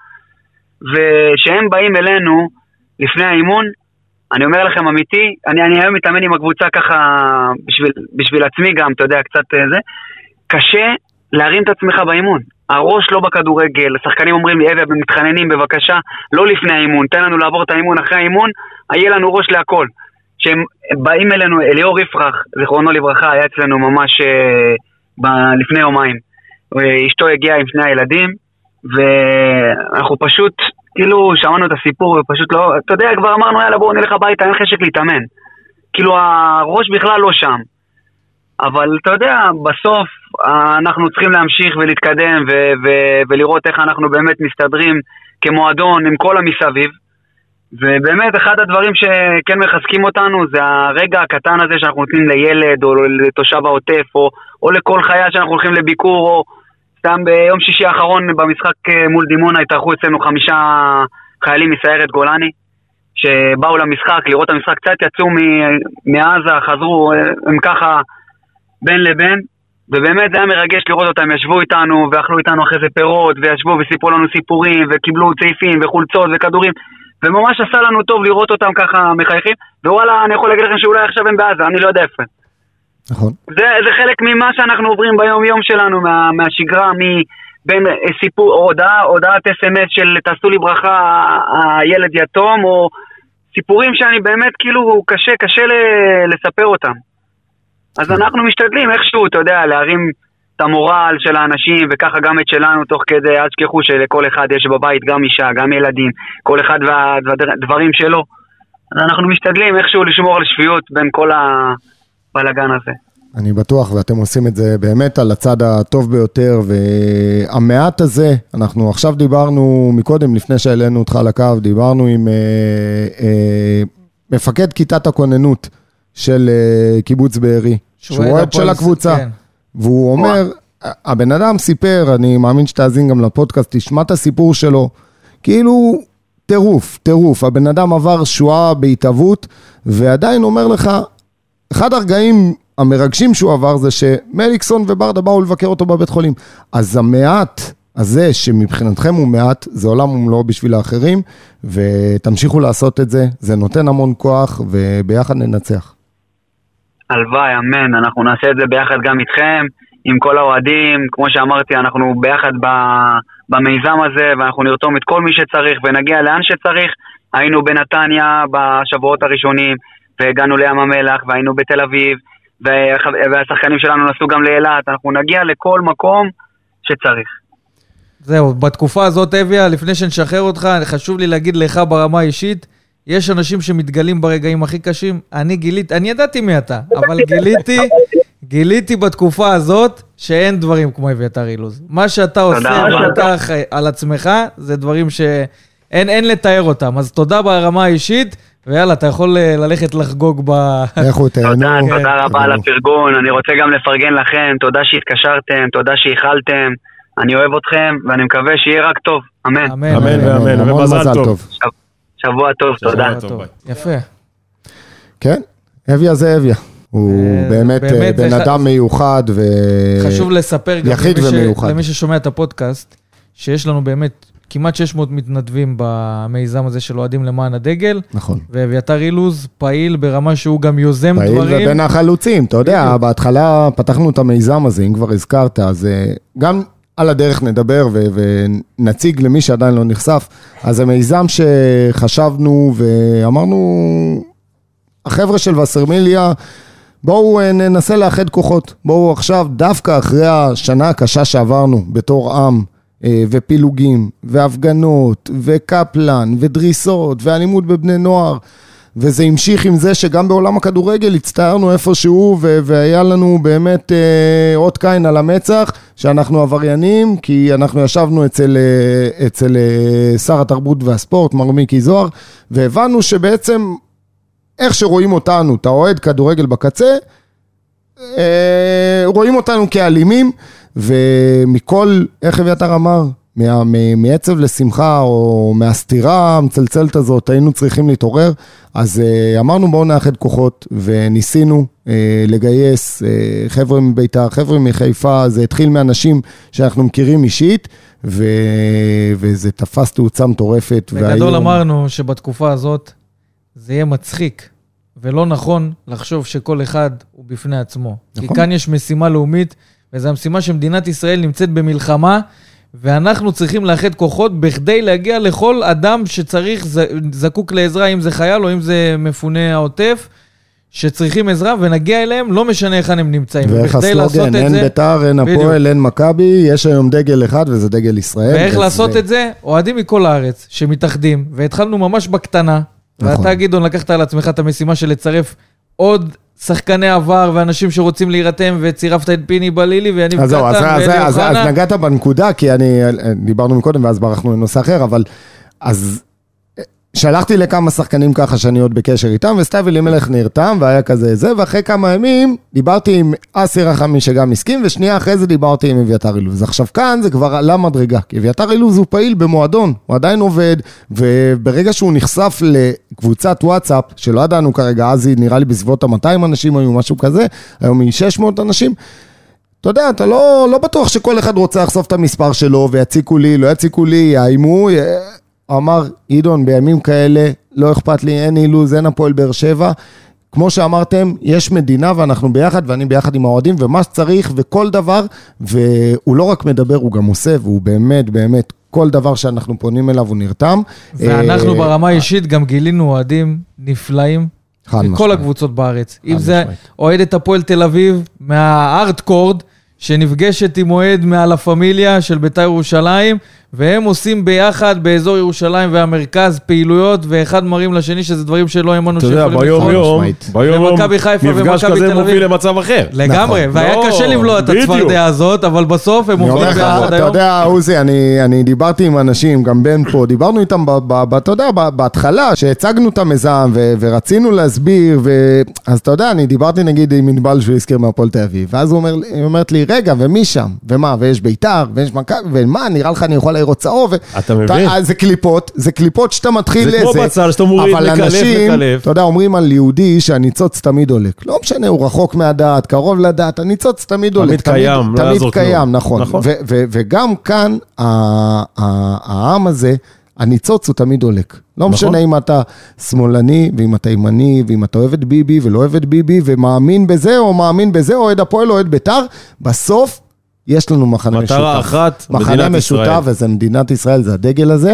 ושהם באים אלינו לפני האימון, אני אומר לכם אמיתי, אני, אני היום מתאמן עם הקבוצה ככה, בשביל, בשביל עצמי גם, אתה יודע, קצת זה, קשה להרים את עצמך באימון. הראש לא בכדורגל, השחקנים אומרים לי, אבי, מתחננים בבקשה, לא לפני האימון, תן לנו לעבור את האימון, אחרי האימון, יהיה לנו ראש להכל. שהם באים אלינו, אליאור יפרח, זכרונו לברכה, היה אצלנו ממש אה, ב- לפני יומיים. אשתו הגיעה עם שני הילדים, ואנחנו פשוט, כאילו, שמענו את הסיפור, ופשוט לא, אתה יודע, כבר אמרנו, יאללה, בואו נלך הביתה, אין חשק להתאמן. כאילו, הראש בכלל לא שם. אבל אתה יודע, בסוף אנחנו צריכים להמשיך ולהתקדם, ו- ו- ולראות איך אנחנו באמת מסתדרים כמועדון עם כל המסביב. ובאמת אחד הדברים שכן מחזקים אותנו זה הרגע הקטן הזה שאנחנו נותנים לילד או לתושב העוטף או, או לכל חיה שאנחנו הולכים לביקור, או סתם ביום שישי האחרון במשחק מול דימונה התארחו אצלנו חמישה חיילים מסיירת גולני שבאו למשחק לראות המשחק, קצת יצאו מעזה, חזרו הם ככה בין לבין, ובאמת זה היה מרגש לראות אותם, ישבו איתנו ואכלו איתנו אחרי זה פירות וישבו וסיפרו לנו סיפורים וקיבלו צעיפים וחולצות וכדורים, וממש עשה לנו טוב לראות אותם ככה מחייכים, ווואלה, אני יכול להגיד לכם שאולי עכשיו הם בעזה, אני לא יודע איפה. נכון. זה, זה חלק ממה שאנחנו עוברים ביום יום שלנו, מה, מהשגרה, מבין סיפור, הודעה, הודעת אס אם אס של תעשו לי ברכה, הילד יתום, או סיפורים שאני באמת כאילו קשה, קשה לספר אותם. אז אנחנו משתדלים איכשהו, אתה יודע, להרים את המורל של האנשים, וככה גם את שלנו, תוך כדי, אז שכחו שלכל אחד יש בבית גם אישה, גם ילדים, כל אחד והדברים שלו. אז אנחנו משתדלים איכשהו לשמור על שפיות בין כל הבלגן הזה. אני בטוח, ואתם עושים את זה באמת על הצד הטוב ביותר, והמעט הזה, אנחנו עכשיו דיברנו מקודם, לפני שהעלינו אותך לקו, דיברנו עם אה, אה, מפקד כיתת הכוננות של אה, קיבוץ בארי, שהוא אוהד של הקבוצה, כן. והוא אומר, הבן אדם סיפר, אני מאמין שתאזין גם לפודקאסט, תשמע את הסיפור שלו, כאילו טירוף, טירוף, הבן אדם עבר שואה בהתאבות, ועדיין אומר לך, אחד הרגעים המרגשים שהוא עבר זה שמליקסון וברדה באו לבקר אותו בבית חולים. אז המעט הזה שמבחינתכם הוא מעט, זה עולם ומלואו בשביל האחרים, ותמשיכו לעשות את זה, זה נותן המון כוח, וביחד ננצח. הלוואי, אמן, אנחנו נעשה את זה ביחד גם איתכם, עם כל האוהדים, כמו שאמרתי, אנחנו ביחד במיזם הזה, ואנחנו נרתום את כל מי שצריך, ונגיע לאן שצריך. היינו בנתניה בשבועות הראשונים, והגענו לים המלח, והיינו בתל אביב, והשחקנים שלנו נסעו גם לאילת, אנחנו נגיע לכל מקום שצריך. זהו, בתקופה הזאת, אביה, לפני שנשחרר אותך, חשוב לי להגיד לך ברמה האישית, יש אנשים שמתגלים ברגעים הכי קשים, אני גיליתי, אני ידעתי מי אתה, אבל גיליתי, גיליתי בתקופה הזאת, שאין דברים כמו אביתר אילוז. מה שאתה עושה ואתה על עצמך, זה דברים שאין אין לתאר אותם, אז תודה ברמה האישית, ויאללה, אתה יכול ללכת לחגוג ב... תודה, תודה רבה על הפרגון, אני רוצה גם לפרגן לכם, תודה שהתקשרתם, תודה שהיכלתם, אני אוהב אתכם, ואני מקווה שיהיה רק טוב, אמן. אמן, אמן ואמן, ומזל טוב. שבוע טוב, תודה. יפה. כן, אביה זה אביה. הוא באמת בן אדם מיוחד ויחיד חשוב לספר גם למי ששומע את הפודקאסט, שיש לנו באמת כמעט שש מאות מתנדבים במיזם הזה של אוהדים למען הדגל. נכון. ואביתר אילוז פעיל ברמה שהוא גם יוזם פעיל דברים. פעיל ובין החלוצים, אתה יודע, בהתחלה פתחנו את המיזם הזה, אם כבר הזכרת, אז גם על הדרך נדבר ונציג למי שעדיין לא נחשף. אז המיזם שחשבנו ואמרנו, החבר'ה של וסרמיליה, בואו ננסה לאחד כוחות. בואו עכשיו, דווקא אחרי השנה הקשה שעברנו בתור עם, ופילוגים, והפגנות, וקפלן, ודריסות, ואלימות בבני נוער, וזה המשיך עם זה שגם בעולם הכדורגל הצטערנו איפשהו, והיה לנו באמת עוד קין על המצח, שאנחנו עבריינים, כי אנחנו ישבנו אצל, אצל שר התרבות והספורט, מר מיקי זוהר, והבנו שבעצם איך שרואים אותנו, אתה אוהד כדורגל בקצה, רואים אותנו כאלימים, ומכל, איך אביתר אמר, מעצב לשמחה או מהסתירה המצלצלת הזאת, היינו צריכים להתעורר, אז אמרנו בואו נאחד כוחות, וניסינו לגייס חבר'ה מביתר, חבר'ה מחיפה, זה התחיל מאנשים שאנחנו מכירים אישית, ו... וזה תפס תאוצה מטורפת. בגדול והיום... אמרנו שבתקופה הזאת זה יהיה מצחיק, ולא נכון לחשוב שכל אחד הוא בפני עצמו. נכון. כי כאן יש משימה לאומית, וזו המשימה שמדינת ישראל נמצאת במלחמה, ואנחנו צריכים לאחד כוחות בכדי להגיע לכל אדם שצריך, זקוק לעזרה, אם זה חייל או אם זה מפונה העוטף, שצריכים עזרה, ונגיע אליהם, לא משנה איך הם נמצאים. ואיך הסלוגן, אין ביתר, אין הפועל, אין מכבי, יש היום דגל אחד, וזה דגל ישראל. ואיך לעשות את זה? אוהדים מכל הארץ, שמתאחדים, והתחלנו ממש בקטנה, ואתה גדעון לקחת על עצמך את המשימה של לצרף עוד שחקני עבר ואנשים שרוצים להירתם, וצירפת את פיני בלילי ויניב קטן ואלי אוחנה. אז נגעת בנקודה, כי אני, דיברנו מקודם ואז ברחנו לנושא אחר, אבל אז שלחתי לכמה שחקנים ככה שאני עוד בקשר איתם, וסתיו אלימלך נרתם והיה כזה זה, ואחרי כמה ימים דיברתי עם אסי רחמי שגם הסכים, ושנייה אחרי זה דיברתי עם אביתר אילוז. עכשיו כאן זה כבר עלה מדרגה, כי אביתר אילוז הוא פעיל במועדון, הוא עדיין עובד, וברגע שהוא נחשף לקבוצת וואטסאפ, שלא ידענו כרגע, אז נראה לי בסביבות ה-מאתיים אנשים היו משהו כזה, היום מ-שש מאות אנשים, אתה יודע, אתה לא, לא בטוח שכל אחד רוצה לחשוף את המספר שלו, ויציקו לי, לא יציקו לי, יאיימו, הוא אמר, עידון, בימים כאלה, לא אכפת לי, אין אילוז, אין הפועל באר שבע. כמו שאמרתם, יש מדינה ואנחנו ביחד, ואני ביחד עם האוהדים, ומה שצריך, וכל דבר, והוא לא רק מדבר, הוא גם עושה, והוא באמת, באמת, כל דבר שאנחנו פונים אליו, הוא נרתם. ואנחנו ברמה אישית גם גילינו אוהדים נפלאים, מכל הקבוצות בארץ. אם זה אוהד את הפועל תל אביב, מהארדקורד, שנפגשת עם מועד מעל הפמיליה של בית"ר ירושלים, והם עושים ביחד באזור ירושלים והמרכז פעילויות, ואחד מראים לשני שזה דברים שלא האמנו שיכולים לקרות. אתה יודע, ביום יום, ביום יום, מפגש כזה מוביל למצב אחר. לגמרי, והיה קשה לבלוע את הצפרדע הזאת, אבל בסוף הם מובילים ביחד היום. אתה יודע, עוזי, אני דיברתי עם אנשים, גם בן פה, דיברנו איתם, אתה יודע, בהתחלה, שהצגנו את המיזם, ורצינו להסביר, אז אתה יודע, אני דיברתי נגיד עם מנבל שהוא הזכיר מהפועל תל אביב, ואז הוא אומרת לי, רגע, ומי שם? ומה? ויש בית"ר, ויש מכבי, ומה? נראה לך אני יכול להירות צהוב. אתה מבין? זה קליפות, זה קליפות שאתה מתחיל לזה. זה כמו בצל, שאתה מוריד לקלף לקלף. אתה יודע, אומרים על יהודי שהניצוץ תמיד עולק. לא משנה, הוא רחוק מהדעת, קרוב לדעת, הניצוץ תמיד עולק. תמיד קיים, לא יעזור כלום. תמיד קיים, נכון. וגם כאן, העם הזה, הניצוץ הוא תמיד עולק. לא משנה אם אתה שמאלני, ואם אתה ימני, ואם אתה אוהב את ביבי, ולא אוהב את ביבי, ומאמין בזה, או מאמין בזה, או אוהד הפועל, או אוהד בית"ר, בסוף, יש לנו מחנה משותף. מטרה אחת, מחנה משותף, וזה מדינת ישראל, זה הדגל הזה,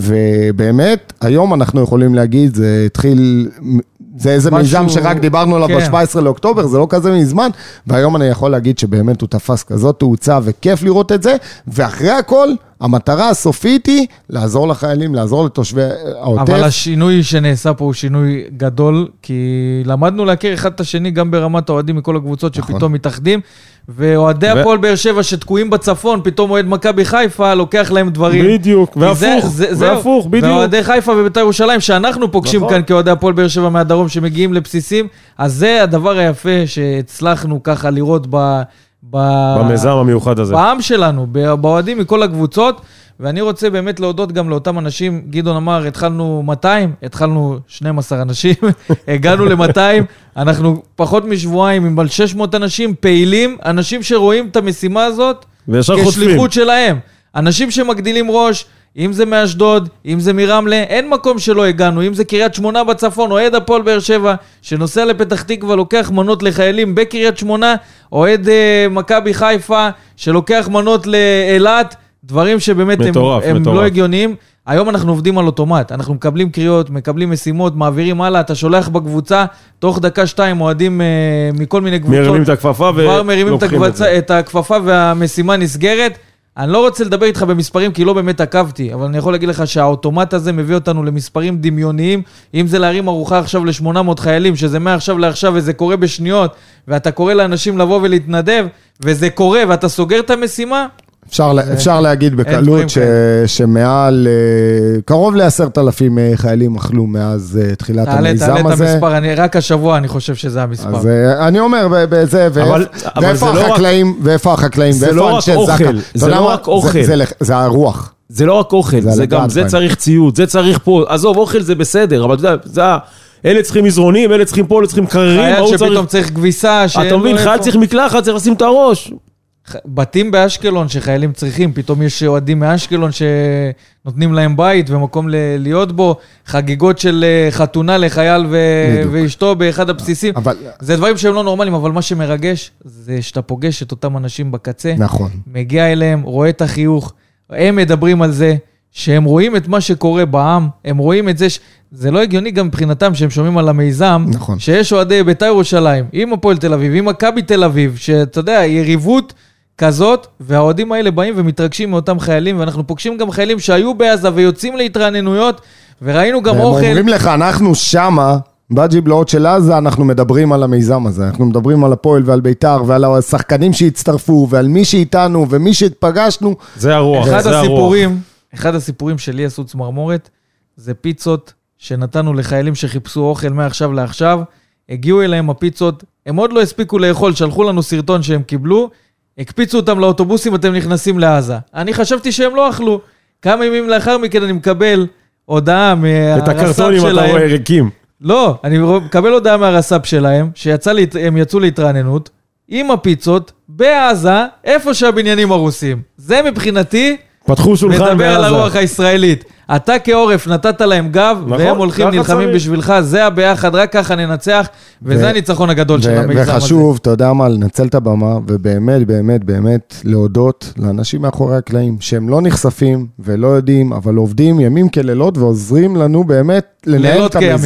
ובאמת, היום אנחנו יכולים להגיד, זה התחיל, זה איזה מיזם שרק דיברנו עליו ב-שבעה עשר לאוקטובר, זה לא כזה מזמן, והיום אני יכול להגיד שבאמת הוא תפס כזאת תאוצה, וכיף לראות את זה, ואחרי הכל, המטרה הסופית היא לעזור לחיילים, לעזור לתושבי העוטף. אבל השינוי שנעשה פה הוא שינוי גדול, כי למדנו להכיר אחד את השני גם ברמת האוהדים מכל הקבוצות שפתאום מתאחדים, ואוהדי הפועל באר שבע שתקועים בצפון, פתאום אוהד מכבי חיפה לוקח להם דברים. בדיוק, והפוך, והפוך, בדיוק. ואוהדי חיפה ובית"ר ירושלים שאנחנו פוגשים כאן כאוהדי הפועל באר שבע מהדרום שמגיעים לבסיסים, אז זה הדבר היפה שהצלחנו ככה לראות ב... במיזם המיוחד הזה. בעם שלנו, באוהדים מכל הקבוצות, ואני רוצה באמת להודות גם לאותם אנשים, גדעון אמר, התחלנו מאתיים, התחלנו שנים עשר אנשים, הגענו ל-מאתיים, אנחנו פחות משבועיים עם שש מאות אנשים פעילים, אנשים שרואים את המשימה הזאת, כשליחות שלהם, אנשים שמגדילים ראש, אם זה מאשדוד, אם זה מרמלה, אין מקום שלא הגענו, אם זה קריית שמונה בצפון, אוהד הפועל באר שבע, שנוסע לפתח תקווה, לוקח מנות לחיילים בקריית שמונה, אוהד אה, מכבי חיפה, שלוקח מנות לאילת, דברים שבאמת מטורף, הם, הם מטורף. לא הגיוניים. היום אנחנו עובדים על אוטומט, אנחנו מקבלים קריאות, מקבלים משימות, מעבירים הלאה, אתה שולח בקבוצה, תוך דקה שתיים אוהדים אה, מכל מיני קבוצות. מרימים את הכפפה כבר מרימים את, הקבצה, את הכפפה והמשימה נסגרת. אני לא רוצה לדבר איתך במספרים, כי לא באמת עקבתי, אבל אני יכול להגיד לך שהאוטומט הזה מביא אותנו למספרים דמיוניים, אם זה להרים ארוחה עכשיו ל-שמונה מאות חיילים, שזה מעכשיו לעכשיו וזה קורה בשניות, ואתה קורא לאנשים לבוא ולהתנדב, וזה קורה ואתה סוגר את המשימה, אפשר, אפשר להגיד בקלות ש, שמעל, קרוב לעשרת אלפים חיילים אכלו מאז תחילת המיזם הזה. תעלה את המספר, אני, רק השבוע אני חושב שזה המספר. אז אני אומר, בזה, אבל, ואיפה אבל החקלאים, לא ואיפה החקלאים, זה לא רק אוכל, זה לא רק אוכל. זה, זה, זה הרוח. זה לא רק אוכל, זה, זה גם, זה צריך ציוד, זה צריך פה, עזוב, אוכל זה בסדר, אבל אתה יודע, זה... אלה צריכים מזרונים, אלה צריכים פה, אלה צריכים קררים. חייל שפתאום צריך גביסה. אתה מבין, חייל צריך מקלחת, צריך לשים את הראש. בתים באשקלון שחיילים צריכים, פתאום יש אוהדים מאשקלון שנותנים להם בית ומקום להיות בו, חגיגות של חתונה לחייל ו- ואשתו באחד הבסיסים. אבל... זה דברים שהם לא נורמליים, אבל מה שמרגש זה שאתה פוגש את אותם אנשים בקצה. נכון. מגיע אליהם, רואה את החיוך, הם מדברים על זה, שהם רואים את מה שקורה בעם, הם רואים את זה, ש... זה לא הגיוני גם מבחינתם שהם שומעים על המיזם, נכון. שיש אוהדי בית"ר ירושלים, עם הפועל תל אביב, עם מכבי תל אביב, שאתה יודע, יריבות כזאת, והאוהדים האלה באים ומתרגשים מאותם חיילים, ואנחנו פוגשים גם חיילים שהיו בעזה ויוצאים להתרעננויות, וראינו גם אוכל. אומרים לך, אנחנו שמה, בג'יבלאות של עזה, אנחנו מדברים על המיזם הזה, אנחנו מדברים על הפועל ועל בית"ר, ועל השחקנים שהצטרפו, ועל מי שאיתנו, ומי שהתפגשנו. זה הרוח, אחד זה הסיפורים, הרוח. אחד הסיפורים שלי עשו צמרמורת, זה פיצות שנתנו לחיילים שחיפשו אוכל מעכשיו לעכשיו, הגיעו אליהם הפיצות, הם עוד לא הספיקו לאכול, שלחו לנו סרטון שהם קיבלו, הקפיצו אותם לאוטובוסים, אתם נכנסים לעזה. אני חשבתי שהם לא אכלו. כמה ימים לאחר מכן אני מקבל הודעה מהרס"פ שלהם. את הקרטונים אתה רואה ריקים. לא, אני מקבל הודעה מהרס"פ שלהם, שהם יצאו להתרעננות, עם הפיצות, בעזה, איפה שהבניינים הרוסים. זה מבחינתי, פתחו שולחן מדבר על הרוח הישראלית. אתה כעורף נתת להם גב, נכון, והם הולכים נלחמים צריך. בשבילך, זה הביחד, רק ככה ננצח, וזה ו- הניצחון הגדול ו- של המיזם הזה. וחשוב, אתה יודע מה, לנצל את הבמה, ובאמת, באמת, באמת, להודות לאנשים מאחורי הקלעים, שהם לא נחשפים ולא יודעים, אבל עובדים ימים כלילות, ועוזרים לנו באמת לנהל את המיזם.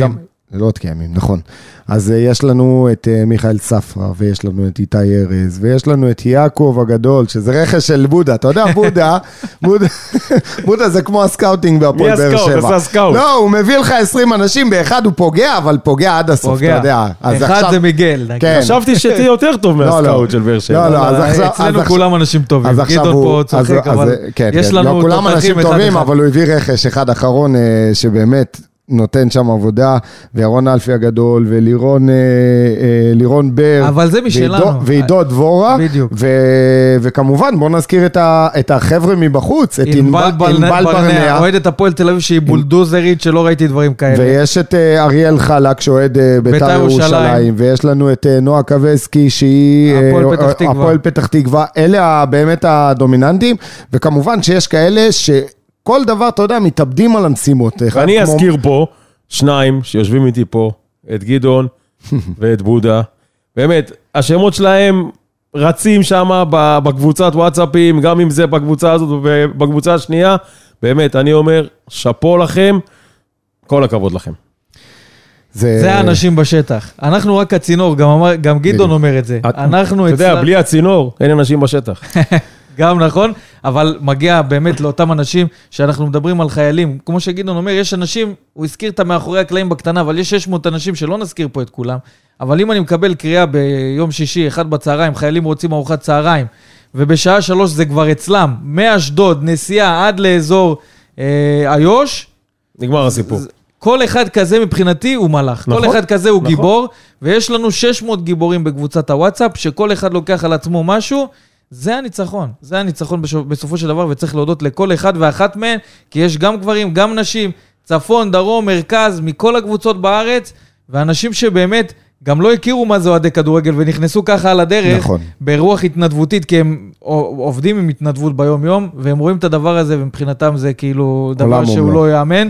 לילות כימים, נכון. אז יש לנו את מיכאל ספרה, ויש לנו את איתי ארז, ויש לנו את יעקב הגדול, שזה רכש של בודה. אתה יודע, בודה, בודה, בודה זה כמו הסקאוטינג בהפועל באר שבע. מי הסקאוט? עשה סקאוט. לא, הוא מביא לך עשרים אנשים, באחד הוא פוגע, אבל פוגע עד הסוף, אתה יודע. אחד זה מיגל. חשבתי שתהיה יותר טוב מהסקאוט של באר שבע. לא, לא, אז עכשיו... אצלנו כולם אנשים טובים. גדעון פה צוחק, אבל יש לנו כולם אנשים טובים, אבל הוא הביא רכש אחד אחרון שבאמת נותן שם עבודה, וירון אלפי הגדול, ולירון לירון בר, אבל זה משלנו. ועידו דבורה, בדיוק. וכמובן, בואו נזכיר את החבר'ה מבחוץ, את ענבל ברנע, אוהדת הפועל תל אביב שהיא בולדוזרית, שלא ראיתי דברים כאלה. ויש את אריאל חלק, שאוהד בית"ר ירושלים, ויש לנו את נועה קווסקי, שהיא הפועל פתח תקווה, אלה באמת הדומיננטים, וכמובן שיש כאלה ש... כל דבר, אתה יודע, מתאבדים על המשימות. אני אזכיר פה שניים שיושבים איתי פה, את גדעון ואת בודה. באמת, השמות שלהם רצים שם בקבוצת וואטסאפים, גם אם זה בקבוצה הזאת ובקבוצה השנייה. באמת, אני אומר, שפו לכם, כל הכבוד לכם. זה האנשים בשטח. אנחנו רק הצינור, גם גדעון אומר את זה. אתה יודע, בלי הצינור, אין אנשים בשטח. גם נכון, אבל מגיע באמת לאותם אנשים שאנחנו מדברים על חיילים. כמו שגדעון אומר, יש אנשים, הוא הזכיר את מאחורי הקלעים בקטנה, אבל יש שש מאות אנשים שלא נזכיר פה את כולם. אבל אם אני מקבל קריאה ביום שישי, אחד בצהריים, חיילים רוצים ארוחת צהריים, ובשעה שלוש זה כבר אצלם, מאשדוד, נסיעה עד לאזור אה, איו"ש, נגמר הסיפור. כל אחד כזה מבחינתי הוא מלאך. נכון, כל אחד כזה הוא נכון. גיבור, ויש לנו שש מאות גיבורים בקבוצת הוואטסאפ, שכל אחד לוקח על עצמו משהו, זה הניצחון, זה הניצחון בסופו של דבר, וצריך להודות לכל אחד ואחת מהן, כי יש גם גברים, גם נשים, צפון, דרום, מרכז, מכל הקבוצות בארץ, ואנשים שבאמת גם לא הכירו מה זה אוהדי כדורגל, ונכנסו ככה על הדרך, נכון. ברוח התנדבותית, כי הם עובדים עם התנדבות ביום יום, והם רואים את הדבר הזה, ומבחינתם זה כאילו דבר שהוא לא יאמן,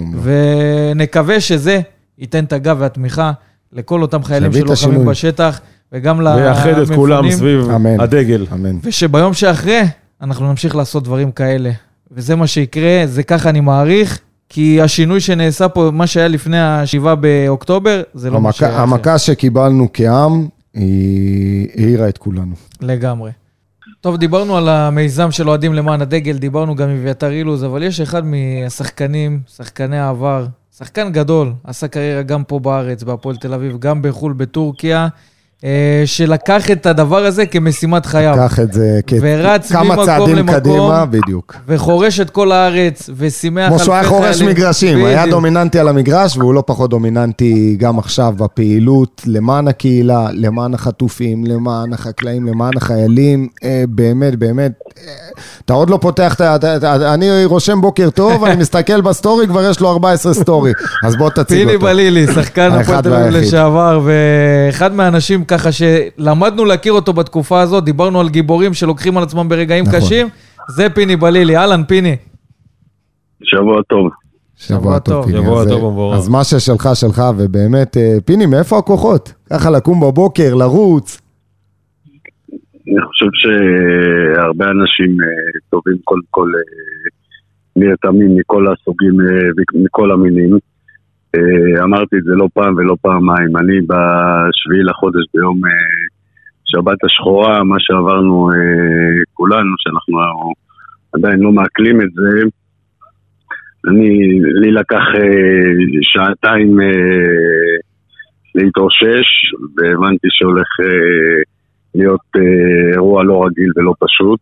ונקווה שזה ייתן את הגב והתמיכה, לכל אותם חיילים שלוחמים בשטח, וגם למפונים. ויחד את כולם סביב אמן. הדגל. אמן. ושביום שאחרי, אנחנו נמשיך לעשות דברים כאלה. וזה מה שיקרה, זה ככה אני מעריך, כי השינוי שנעשה פה, מה שהיה לפני השבעה באוקטובר, זה לא המכה, מה שהיה. המכה שקיבלנו כעם, היא העירה את כולנו. לגמרי. טוב, דיברנו על המיזם של אוהדים למען הדגל, דיברנו גם עם אביתר אילוז, אבל יש אחד מהשחקנים, שחקני העבר, שחקן גדול, עשה קריירה גם פה בארץ, בהפועל תל אביב, גם בחול בטורקיה, שלקח את הדבר הזה כמשימת חייו. לקח את זה כמה צעדים קדימה, בדיוק. וחורש את כל הארץ, ושימח כמו שהוא היה חורש מגרשים, הוא היה דומיננטי על המגרש, והוא לא פחות דומיננטי גם עכשיו בפעילות, למען הקהילה, למען החטופים, למען החקלאים, למען החיילים, באמת, באמת, אתה עוד לא פותח, אני רושם בוקר טוב, אני מסתכל בסטורי, כבר יש לו ארבע עשרה סטורי, אז בוא תציג אותו. פיני בלילי, שחקן הפועל תל אביב לשעבר, ואחד מהאנשים ככה שלמדנו להכיר אותו בתקופה הזאת, דיברנו על גיבורים שלוקחים על עצמם ברגעים נכון. קשים, זה פיני בלילי. אהלן פיני. שבוע טוב. שבוע טוב, פיני. שבוע אז, טוב, אז מה ששלך שלך, ובאמת, פיני, מאיפה הכוחות? ככה לקום בבוקר, לרוץ? אני חושב שהרבה אנשים טובים כל כל נרתמים מכל הסוגים ומכל המינים. אמרתי את זה לא פעם ולא פעמיים. אני בשביעי לחודש ביום שבת השחורה, מה שעברנו כולנו, שאנחנו עדיין לא מעכלים את זה, אני, לי לקח שעתיים להתאושש, והבנתי שהולך להיות אירוע לא רגיל ולא פשוט,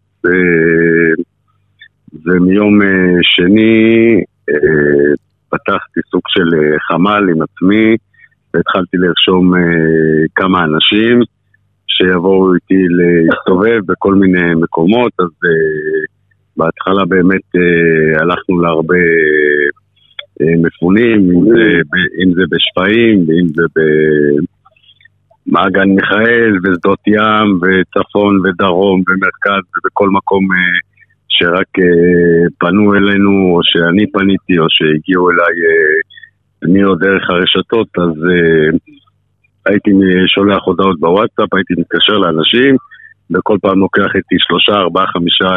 ומיום שני פתחתי סוג של חמ"ל עם עצמי, והתחלתי לרשום כמה אנשים שיבואו איתי להסתובב בכל מיני מקומות. אז בהתחלה באמת הלכנו להרבה מפונים, אם זה, אם זה בשפעים, אם זה במעגן מיכאל ושדות ים וצפון ודרום ומרכז ובכל מקום שרק פנו אלינו, או שאני פניתי, או שהגיעו אליי מי או דרך הרשתות. אז הייתי שולח הודעות בוואטסאפ, הייתי מתקשר לאנשים, וכל פעם לוקח איתי שלושה, ארבעה, חמישה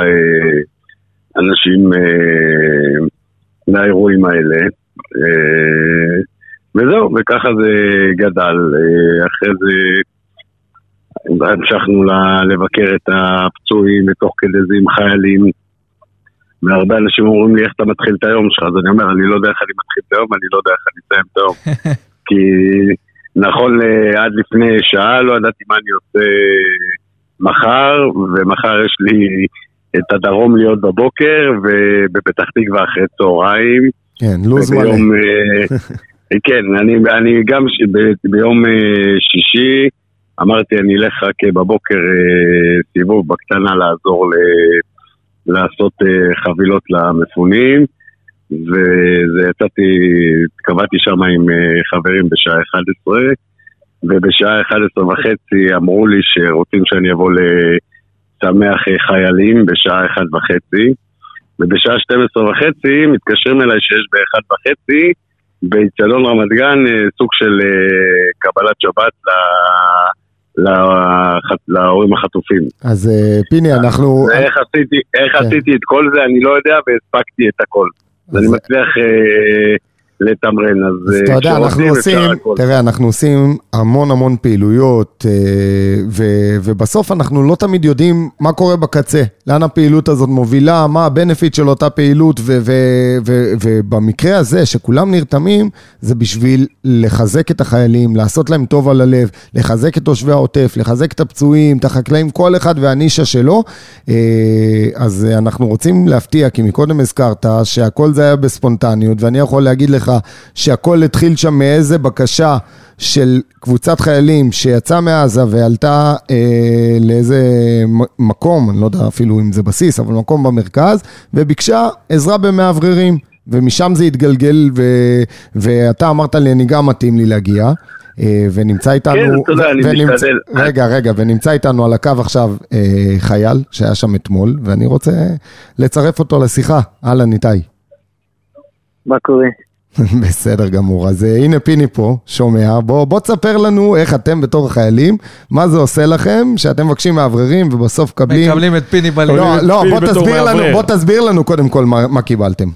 אנשים לאירועים האלה. וזהו, וככה זה גדל. אחרי זה המשכנו לבקר את הפצועים, ותוך כדי זה עם חיילים, והרבה אנשים אומרים לי איך אתה מתחיל את היום שלך, אז אני אומר, אני לא יודע איך אני מתחיל את היום, אני לא יודע איך אני אסיים את היום. כי נכון עד לפני שעה לא ידעתי מה אני עושה מחר, ומחר יש לי את הדרום להיות בבוקר, ובפתח תקווה אחרי צהריים. כן, לוז מלא. כן, אני, אני גם ש... ב... ביום שישי אמרתי אני אלך רק בבוקר סיבוב בקטנה לעזור ל... לעשות חבילות למפונים, וזה יצאתי, קבעתי שם עם חברים בשעה אחת עשרה, ובשעה אחת עשרה וחצי אמרו לי שרוצים שאני אבוא לשמח חיילים בשעה אחת וחצי, ובשעה שתים עשרה וחצי מתקשרים אליי שיש באחת וחצי באצטדיון רמת גן סוג של קבלת שבת להורים החטופים. אז פיני, אנחנו... איך עשיתי, איך עשיתי את כל זה, אני לא יודע, והספקתי את הכל. אז אני מצליח לתמרן. אז אתה יודע, אנחנו עושים, תראה, אנחנו עושים המון המון פעילויות, ובסוף אנחנו לא תמיד יודעים מה קורה בקצה, לאן הפעילות הזאת מובילה, מה הבנפיט של אותה פעילות, ובמקרה הזה שכולם נרתמים, זה בשביל לחזק את החיילים, לעשות להם טוב על הלב, לחזק את תושבי העוטף, לחזק את הפצועים, את החקלאים, כל אחד והנישה שלו. אז אנחנו רוצים להפתיע, כי מקודם הזכרת שהכל זה היה בספונטניות, ואני יכול להגיד לך שהכל התחיל שם מאיזה בקשה של קבוצת חיילים שיצאה מעזה ועלתה אה, לאיזה מקום, אני לא יודע אפילו אם זה בסיס, אבל מקום במרכז, וביקשה עזרה במאווררים, ומשם זה התגלגל, ו, ואתה אמרת לי, אני גם מתאים לי להגיע, אה, ונמצא איתנו... כן, תודה, אני ונמצא, משתדל. רגע, רגע, ונמצא איתנו על הקו עכשיו אה, חייל שהיה שם אתמול, ואני רוצה לצרף אותו לשיחה. אהלן, ניתאי. מה קורה? בסדר גמור, אז הנה פיני פה, שומע, בוא, בוא תספר לנו איך אתם בתור חיילים, מה זה עושה לכם, שאתם מבקשים מאווררים ובסוף קבלים... מקבלים את פיני בלילה. לא, לא, בוא תסביר לנו, בוא תסביר לנו קודם כל מה, מה קיבלתם.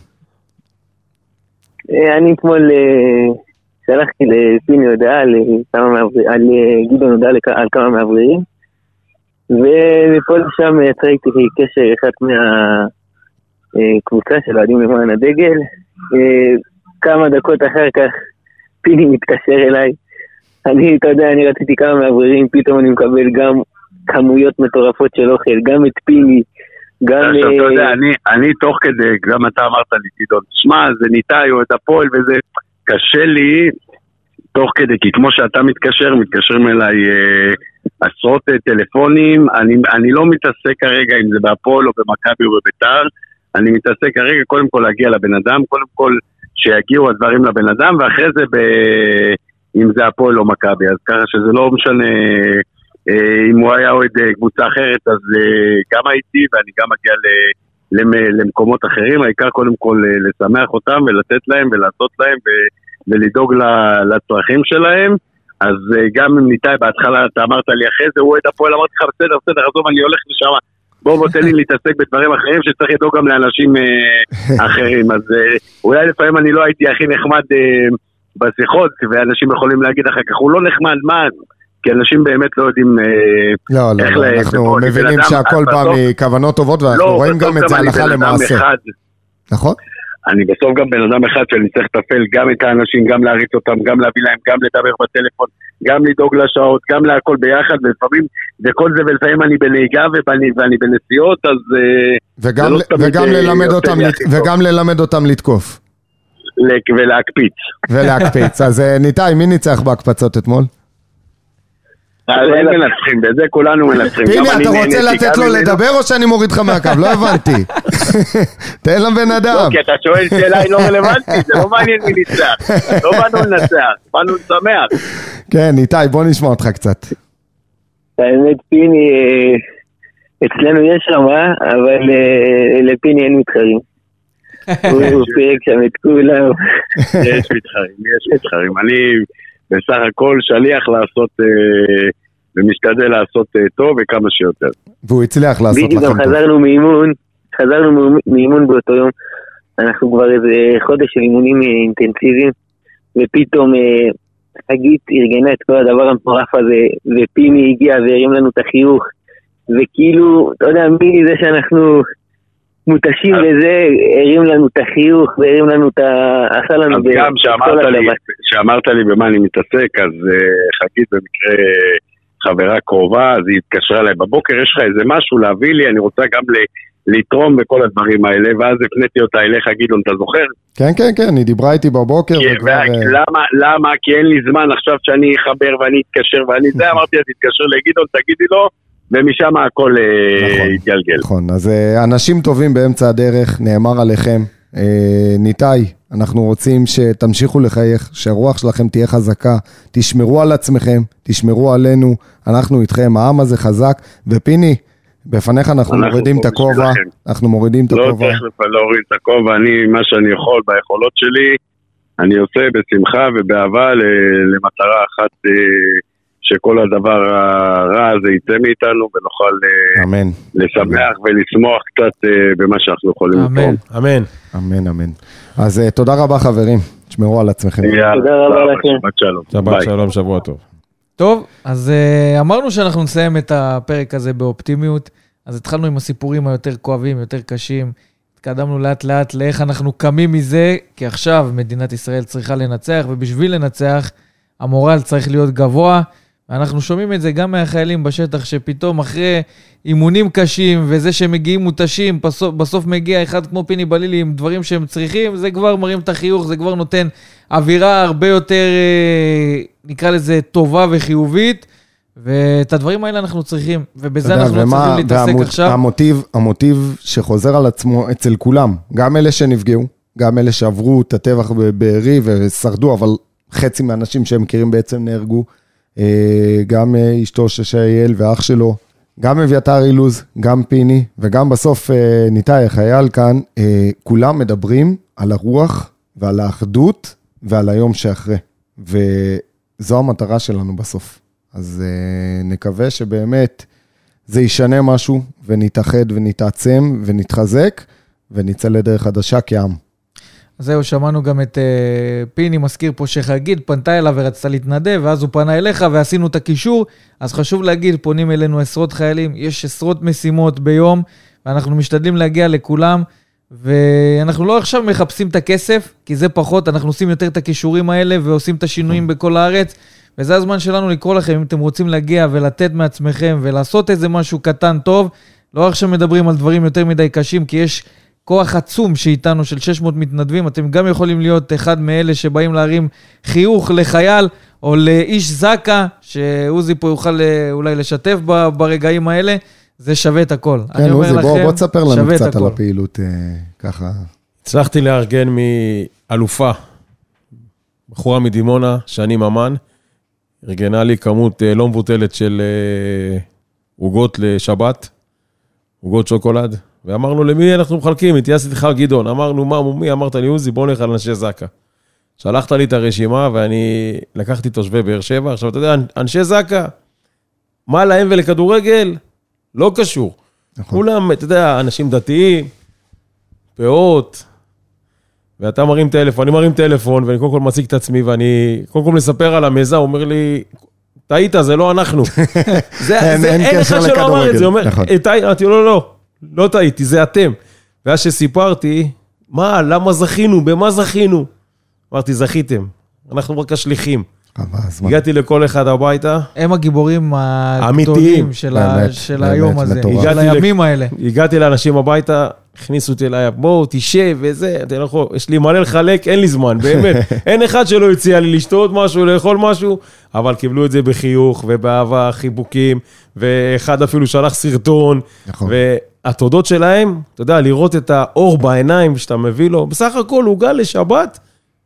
אני אתמול שלחתי לפיני הודעה על גדעון הודעה על כמה מאווררים, ופה לשם יצא איתי קשר אחד מהקבוצה של אוהדים למען הדגל, כמה דקות אחר כך פיני מתקשר אליי, אני, אתה יודע, אני רציתי כמה מאווררים, פתאום אני מקבל גם כמויות מטורפות של אוכל, גם את פיני, גם... עכשיו, אתה יודע, אני, אני תוך כדי, גם אתה אמרת לי, גדעון, שמע, זה ניתאי או את הפועל וזה, קשה לי, תוך כדי, כי כמו שאתה מתקשר, מתקשרים אליי אה, עשרות אה, טלפונים, אני, אני לא מתעסק כרגע אם זה בהפועל או במכבי או בביתר, אני מתעסק כרגע קודם כל להגיע לבן אדם, קודם כל שיגיעו הדברים לבן אדם, ואחרי זה ב... אם זה הפועל או מכבי, אז ככה שזה לא משנה, אם הוא היה עוד קבוצה אחרת, אז גם הייתי ואני גם מגיע למקומות אחרים, העיקר קודם כל לשמח אותם ולתת להם ולעשות להם ולדאוג לצרכים שלהם, אז גם אם ניתאי בהתחלה, אתה אמרת לי אחרי זה, הוא עוד הפועל, אמרתי לך בסדר, בסדר, עזוב, אני הולך לשם, בואו בוא תן לי להתעסק בדברים אחרים שצריך לדאוג גם לאנשים אחרים, אז אולי לפעמים אני לא הייתי הכי נחמד בשיחות, ואנשים יכולים להגיד אחר כך, הוא לא נחמד, מה? כי אנשים באמת לא יודעים לא, לא, לא, אנחנו מבינים שהכל בא מכוונות טובות, ואנחנו רואים גם את זה הלכה למעשה. נכון? אני בסוף גם בן אדם אחד שאני צריך לטפל גם את האנשים, גם להריץ אותם, גם להביא להם, גם לדבר בטלפון, גם לדאוג לשעות, גם להכל ביחד, ולפעמים, וכל זה, ולפעמים אני בנהיגה ואני בנסיעות, אז... וגם, וגם, ללמד אותם, וגם ללמד אותם לתקוף. ולהקפיץ. ולהקפיץ. אז ניתאי, מי ניצח בהקפצות אתמול? הם מנצחים, בזה כולנו מנצחים. פיני, אתה רוצה לתת לו לדבר או שאני מוריד לך מהקו? לא הבנתי. תן לבן אדם. לא, כי אתה שואל שאלה היא לא רלוונטית, זה לא מעניין מי ניצח. לא באנו לנצח, באנו לשמח. כן, איתי, בוא נשמע אותך קצת. האמת, פיני, אצלנו יש רמה, אבל לפיני אין מתחרים. הוא פירק שם את כולם. יש מתחרים, יש מתחרים. אני... בסך הכל שליח לעשות, אה, ומשתדל לעשות אה, טוב וכמה שיותר. והוא הצליח לעשות לכם טוב. בדיוק, גם חזרנו מאימון, חזרנו מאימון באותו יום, אנחנו כבר איזה חודש של אימונים אינטנסיביים, ופתאום חגית ארגנה את כל הדבר המטורף הזה, ופיני הגיע והרים לנו את החיוך, וכאילו, אתה יודע, מיני זה שאנחנו מותשים לזה, הרים לנו את החיוך, והרים לנו את ה... עשה לנו... אז גם שאמרת לי במה אני מתעסק, אז חגית במקרה חברה קרובה, אז היא התקשרה אליי, בבוקר יש לך איזה משהו להביא לי, אני רוצה גם לתרום בכל הדברים האלה, ואז הפניתי אותה אליך, גדעון, אתה זוכר? כן, כן, כן, היא דיברה איתי בבוקר. למה? למה? כי אין לי זמן עכשיו שאני אחבר ואני אתקשר ואני זה, אמרתי, אז תתקשר לגדעון, תגידי לו, ומשם הכל יתגלגל. נכון, אז אנשים טובים באמצע הדרך, נאמר עליכם. ניתאי, אנחנו רוצים שתמשיכו לחייך, שהרוח שלכם תהיה חזקה, תשמרו על עצמכם, תשמרו עלינו, אנחנו איתכם, העם הזה חזק, ופיני, בפניך אנחנו מורידים את הכובע, אנחנו מורידים את הכובע. לא צריך להוריד את הכובע, אני, מה שאני יכול ביכולות שלי, אני עושה בשמחה ובאהבה למטרה אחת, שכל הדבר הרע הזה יצא מאיתנו, ונוכל אמן. לשמח ולשמוח קצת במה שאנחנו יכולים לתרום. אמן. אמן, אמן. אז תודה רבה חברים, תשמרו על עצמכם. תודה רבה לכם. שבת שלום. שבת שלום, שבוע טוב. טוב, אז uh, אמרנו שאנחנו נסיים את הפרק הזה באופטימיות, אז התחלנו עם הסיפורים היותר כואבים, יותר קשים, התקדמנו לאט לאט לאיך אנחנו קמים מזה, כי עכשיו מדינת ישראל צריכה לנצח, ובשביל לנצח המורל צריך להיות גבוה, ואנחנו שומעים את זה גם מהחיילים בשטח, שפתאום אחרי אימונים קשים, וזה שהם מגיעים מותשים, בסוף, בסוף מגיע אחד כמו פיני בלילי עם דברים שהם צריכים, זה כבר מרים את החיוך, זה כבר נותן אווירה הרבה יותר, נקרא לזה, טובה וחיובית, ואת הדברים האלה אנחנו צריכים, ובזה אנחנו לא צריכים להתעסק עכשיו. המוטיב, המוטיב שחוזר על עצמו אצל כולם, גם אלה שנפגעו, גם אלה שעברו את הטבח בבארי ושרדו, אבל חצי מהאנשים שהם מכירים בעצם נהרגו, גם אשתו ששייל ואח שלו, גם אביתר אילוז, גם פיני, וגם בסוף ניתאי חייל כאן, כולם מדברים על הרוח ועל האחדות ועל היום שאחרי. וזו המטרה שלנו בסוף. אז נקווה שבאמת זה ישנה משהו, ונתאחד ונתעצם ונתחזק, וניצא לדרך חדשה כעם. אז זהו, שמענו גם את uh, פיני, מזכיר פה שחגית, פנתה אליו ורצתה להתנדב, ואז הוא פנה אליך ועשינו את הקישור, אז חשוב להגיד, פונים אלינו עשרות חיילים, יש עשרות משימות ביום, ואנחנו משתדלים להגיע לכולם, ואנחנו לא עכשיו מחפשים את הכסף, כי זה פחות, אנחנו עושים יותר את הקישורים האלה, ועושים את השינויים בכל הארץ, וזה הזמן שלנו לקרוא לכם, אם אתם רוצים להגיע ולתת מעצמכם, ולעשות איזה משהו קטן טוב, לא עכשיו מדברים על דברים יותר מדי קשים, כי יש כוח עצום שאיתנו של שש מאות מתנדבים, אתם גם יכולים להיות אחד מאלה שבאים להרים חיוך לחייל, או לאיש זקה, שעוזי פה יוכל אולי לשתף ברגעים האלה, זה שווה את הכל. כן, עוזי, בוא, בוא תספר לנו קצת על הפעילות ככה. הצלחתי לארגן מאלופה, בחורה מדימונה, שני ממן, ארגנה לי כמות לא מבוטלת של עוגות לשבת, עוגות שוקולד, ואמרנו למי אנחנו מחלקים, התייעצתי לך גדעון, אמרנו מה, מי אמרת לי עוזי, בוא נלך על אנשי זקה. שלחת לי את הרשימה ואני לקחתי תושבי באר שבע, עכשיו אתה יודע, אנשי זקה, מה להם ולכדורגל? לא קשור. כולם, אתה יודע, אנשים דתיים, פאות, ואתה מרים טלפון, אני מרים טלפון, ואני קודם כל מציג את עצמי, ואני קודם כל מספר על המזה, הוא אומר לי, טעית, זה לא אנחנו. אין אחד שלא אמר את זה, הוא אומר, אמרתי, לא, לא, לא טעיתי, זה אתם. ואז שסיפרתי, מה, למה זכינו, במה זכינו? אמרתי, זכיתם, אנחנו רק השליחים. הגעתי לכל אחד הביתה. הם הגיבורים הגדולים של היום הזה, של הימים האלה. הגעתי לאנשים הביתה, הכניסו אותי אליי, בואו, תשב וזה, יש לי מלא לחלק, אין לי זמן, באמת. אין אחד שלא הציע לי לשתות משהו, לאכול משהו, אבל קיבלו את זה בחיוך ובאהבה, חיבוקים, ואחד אפילו שלח סרטון, והתודות שלהם, אתה יודע, לראות את האור בעיניים שאתה מביא לו, בסך הכל הוא גל לשבת,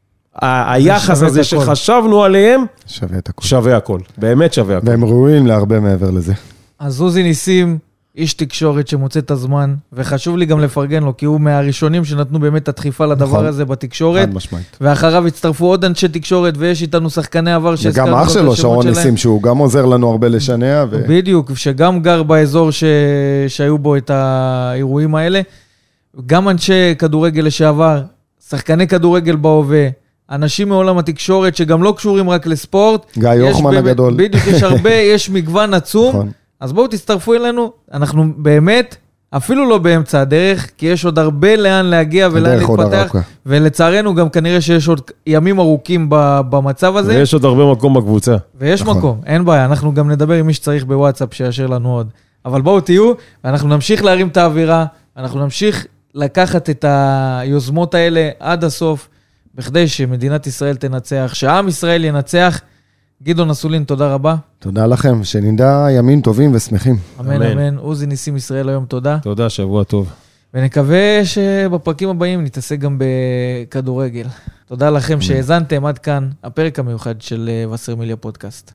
היחס הזה שחשבנו עליהם, שווה את הכל. שווה הכל, באמת שווה הכל. והם ראויים להרבה מעבר לזה. אז עוזי ניסים, איש תקשורת שמוצא את הזמן, וחשוב לי גם לפרגן לו, כי הוא מהראשונים שנתנו באמת את הדחיפה לדבר הזה בתקשורת, ואחריו הצטרפו עוד אנשי תקשורת, ויש איתנו שחקני עבר וגם אח שלו, שרון ניסים, שהוא גם עוזר לנו הרבה לשנע. בדיוק, שגם גר באזור שהיו בו את האירועים האלה, גם אנשי כדורגל לשעבר, שחקני כדורגל בהווה, אנשים מעולם התקשורת שגם לא קשורים רק לספורט. גיא יוחמן הגדול. בדיוק, יש הרבה, יש מגוון עצום. נכון. אז בואו תצטרפו אלינו, אנחנו באמת, אפילו לא באמצע הדרך, כי יש עוד הרבה לאן להגיע ולאן להתפתח, ולצערנו גם כנראה שיש עוד ימים ארוכים במצב הזה. ויש עוד הרבה מקום בקבוצה. ויש נכון. מקום, אין בעיה, אנחנו גם נדבר עם מי שצריך בוואטסאפ שיאשר לנו עוד. אבל בואו תהיו, ואנחנו נמשיך להרים את האווירה, אנחנו נמשיך לקחת את היוזמות האלה עד הסוף, בכדי שמדינת ישראל תנצח, שעם ישראל ינצח. גדעון אסולין, תודה רבה. תודה לכם, שנדע ימים טובים ושמחים. אמן, אמן. עוזי ניסים ישראל היום, תודה. תודה, שבוע טוב. ונקווה שבפרקים הבאים נתעסק גם בכדורגל. תודה לכם שהאזנתם עד כאן, הפרק המיוחד של וסרמיליה פודקאסט.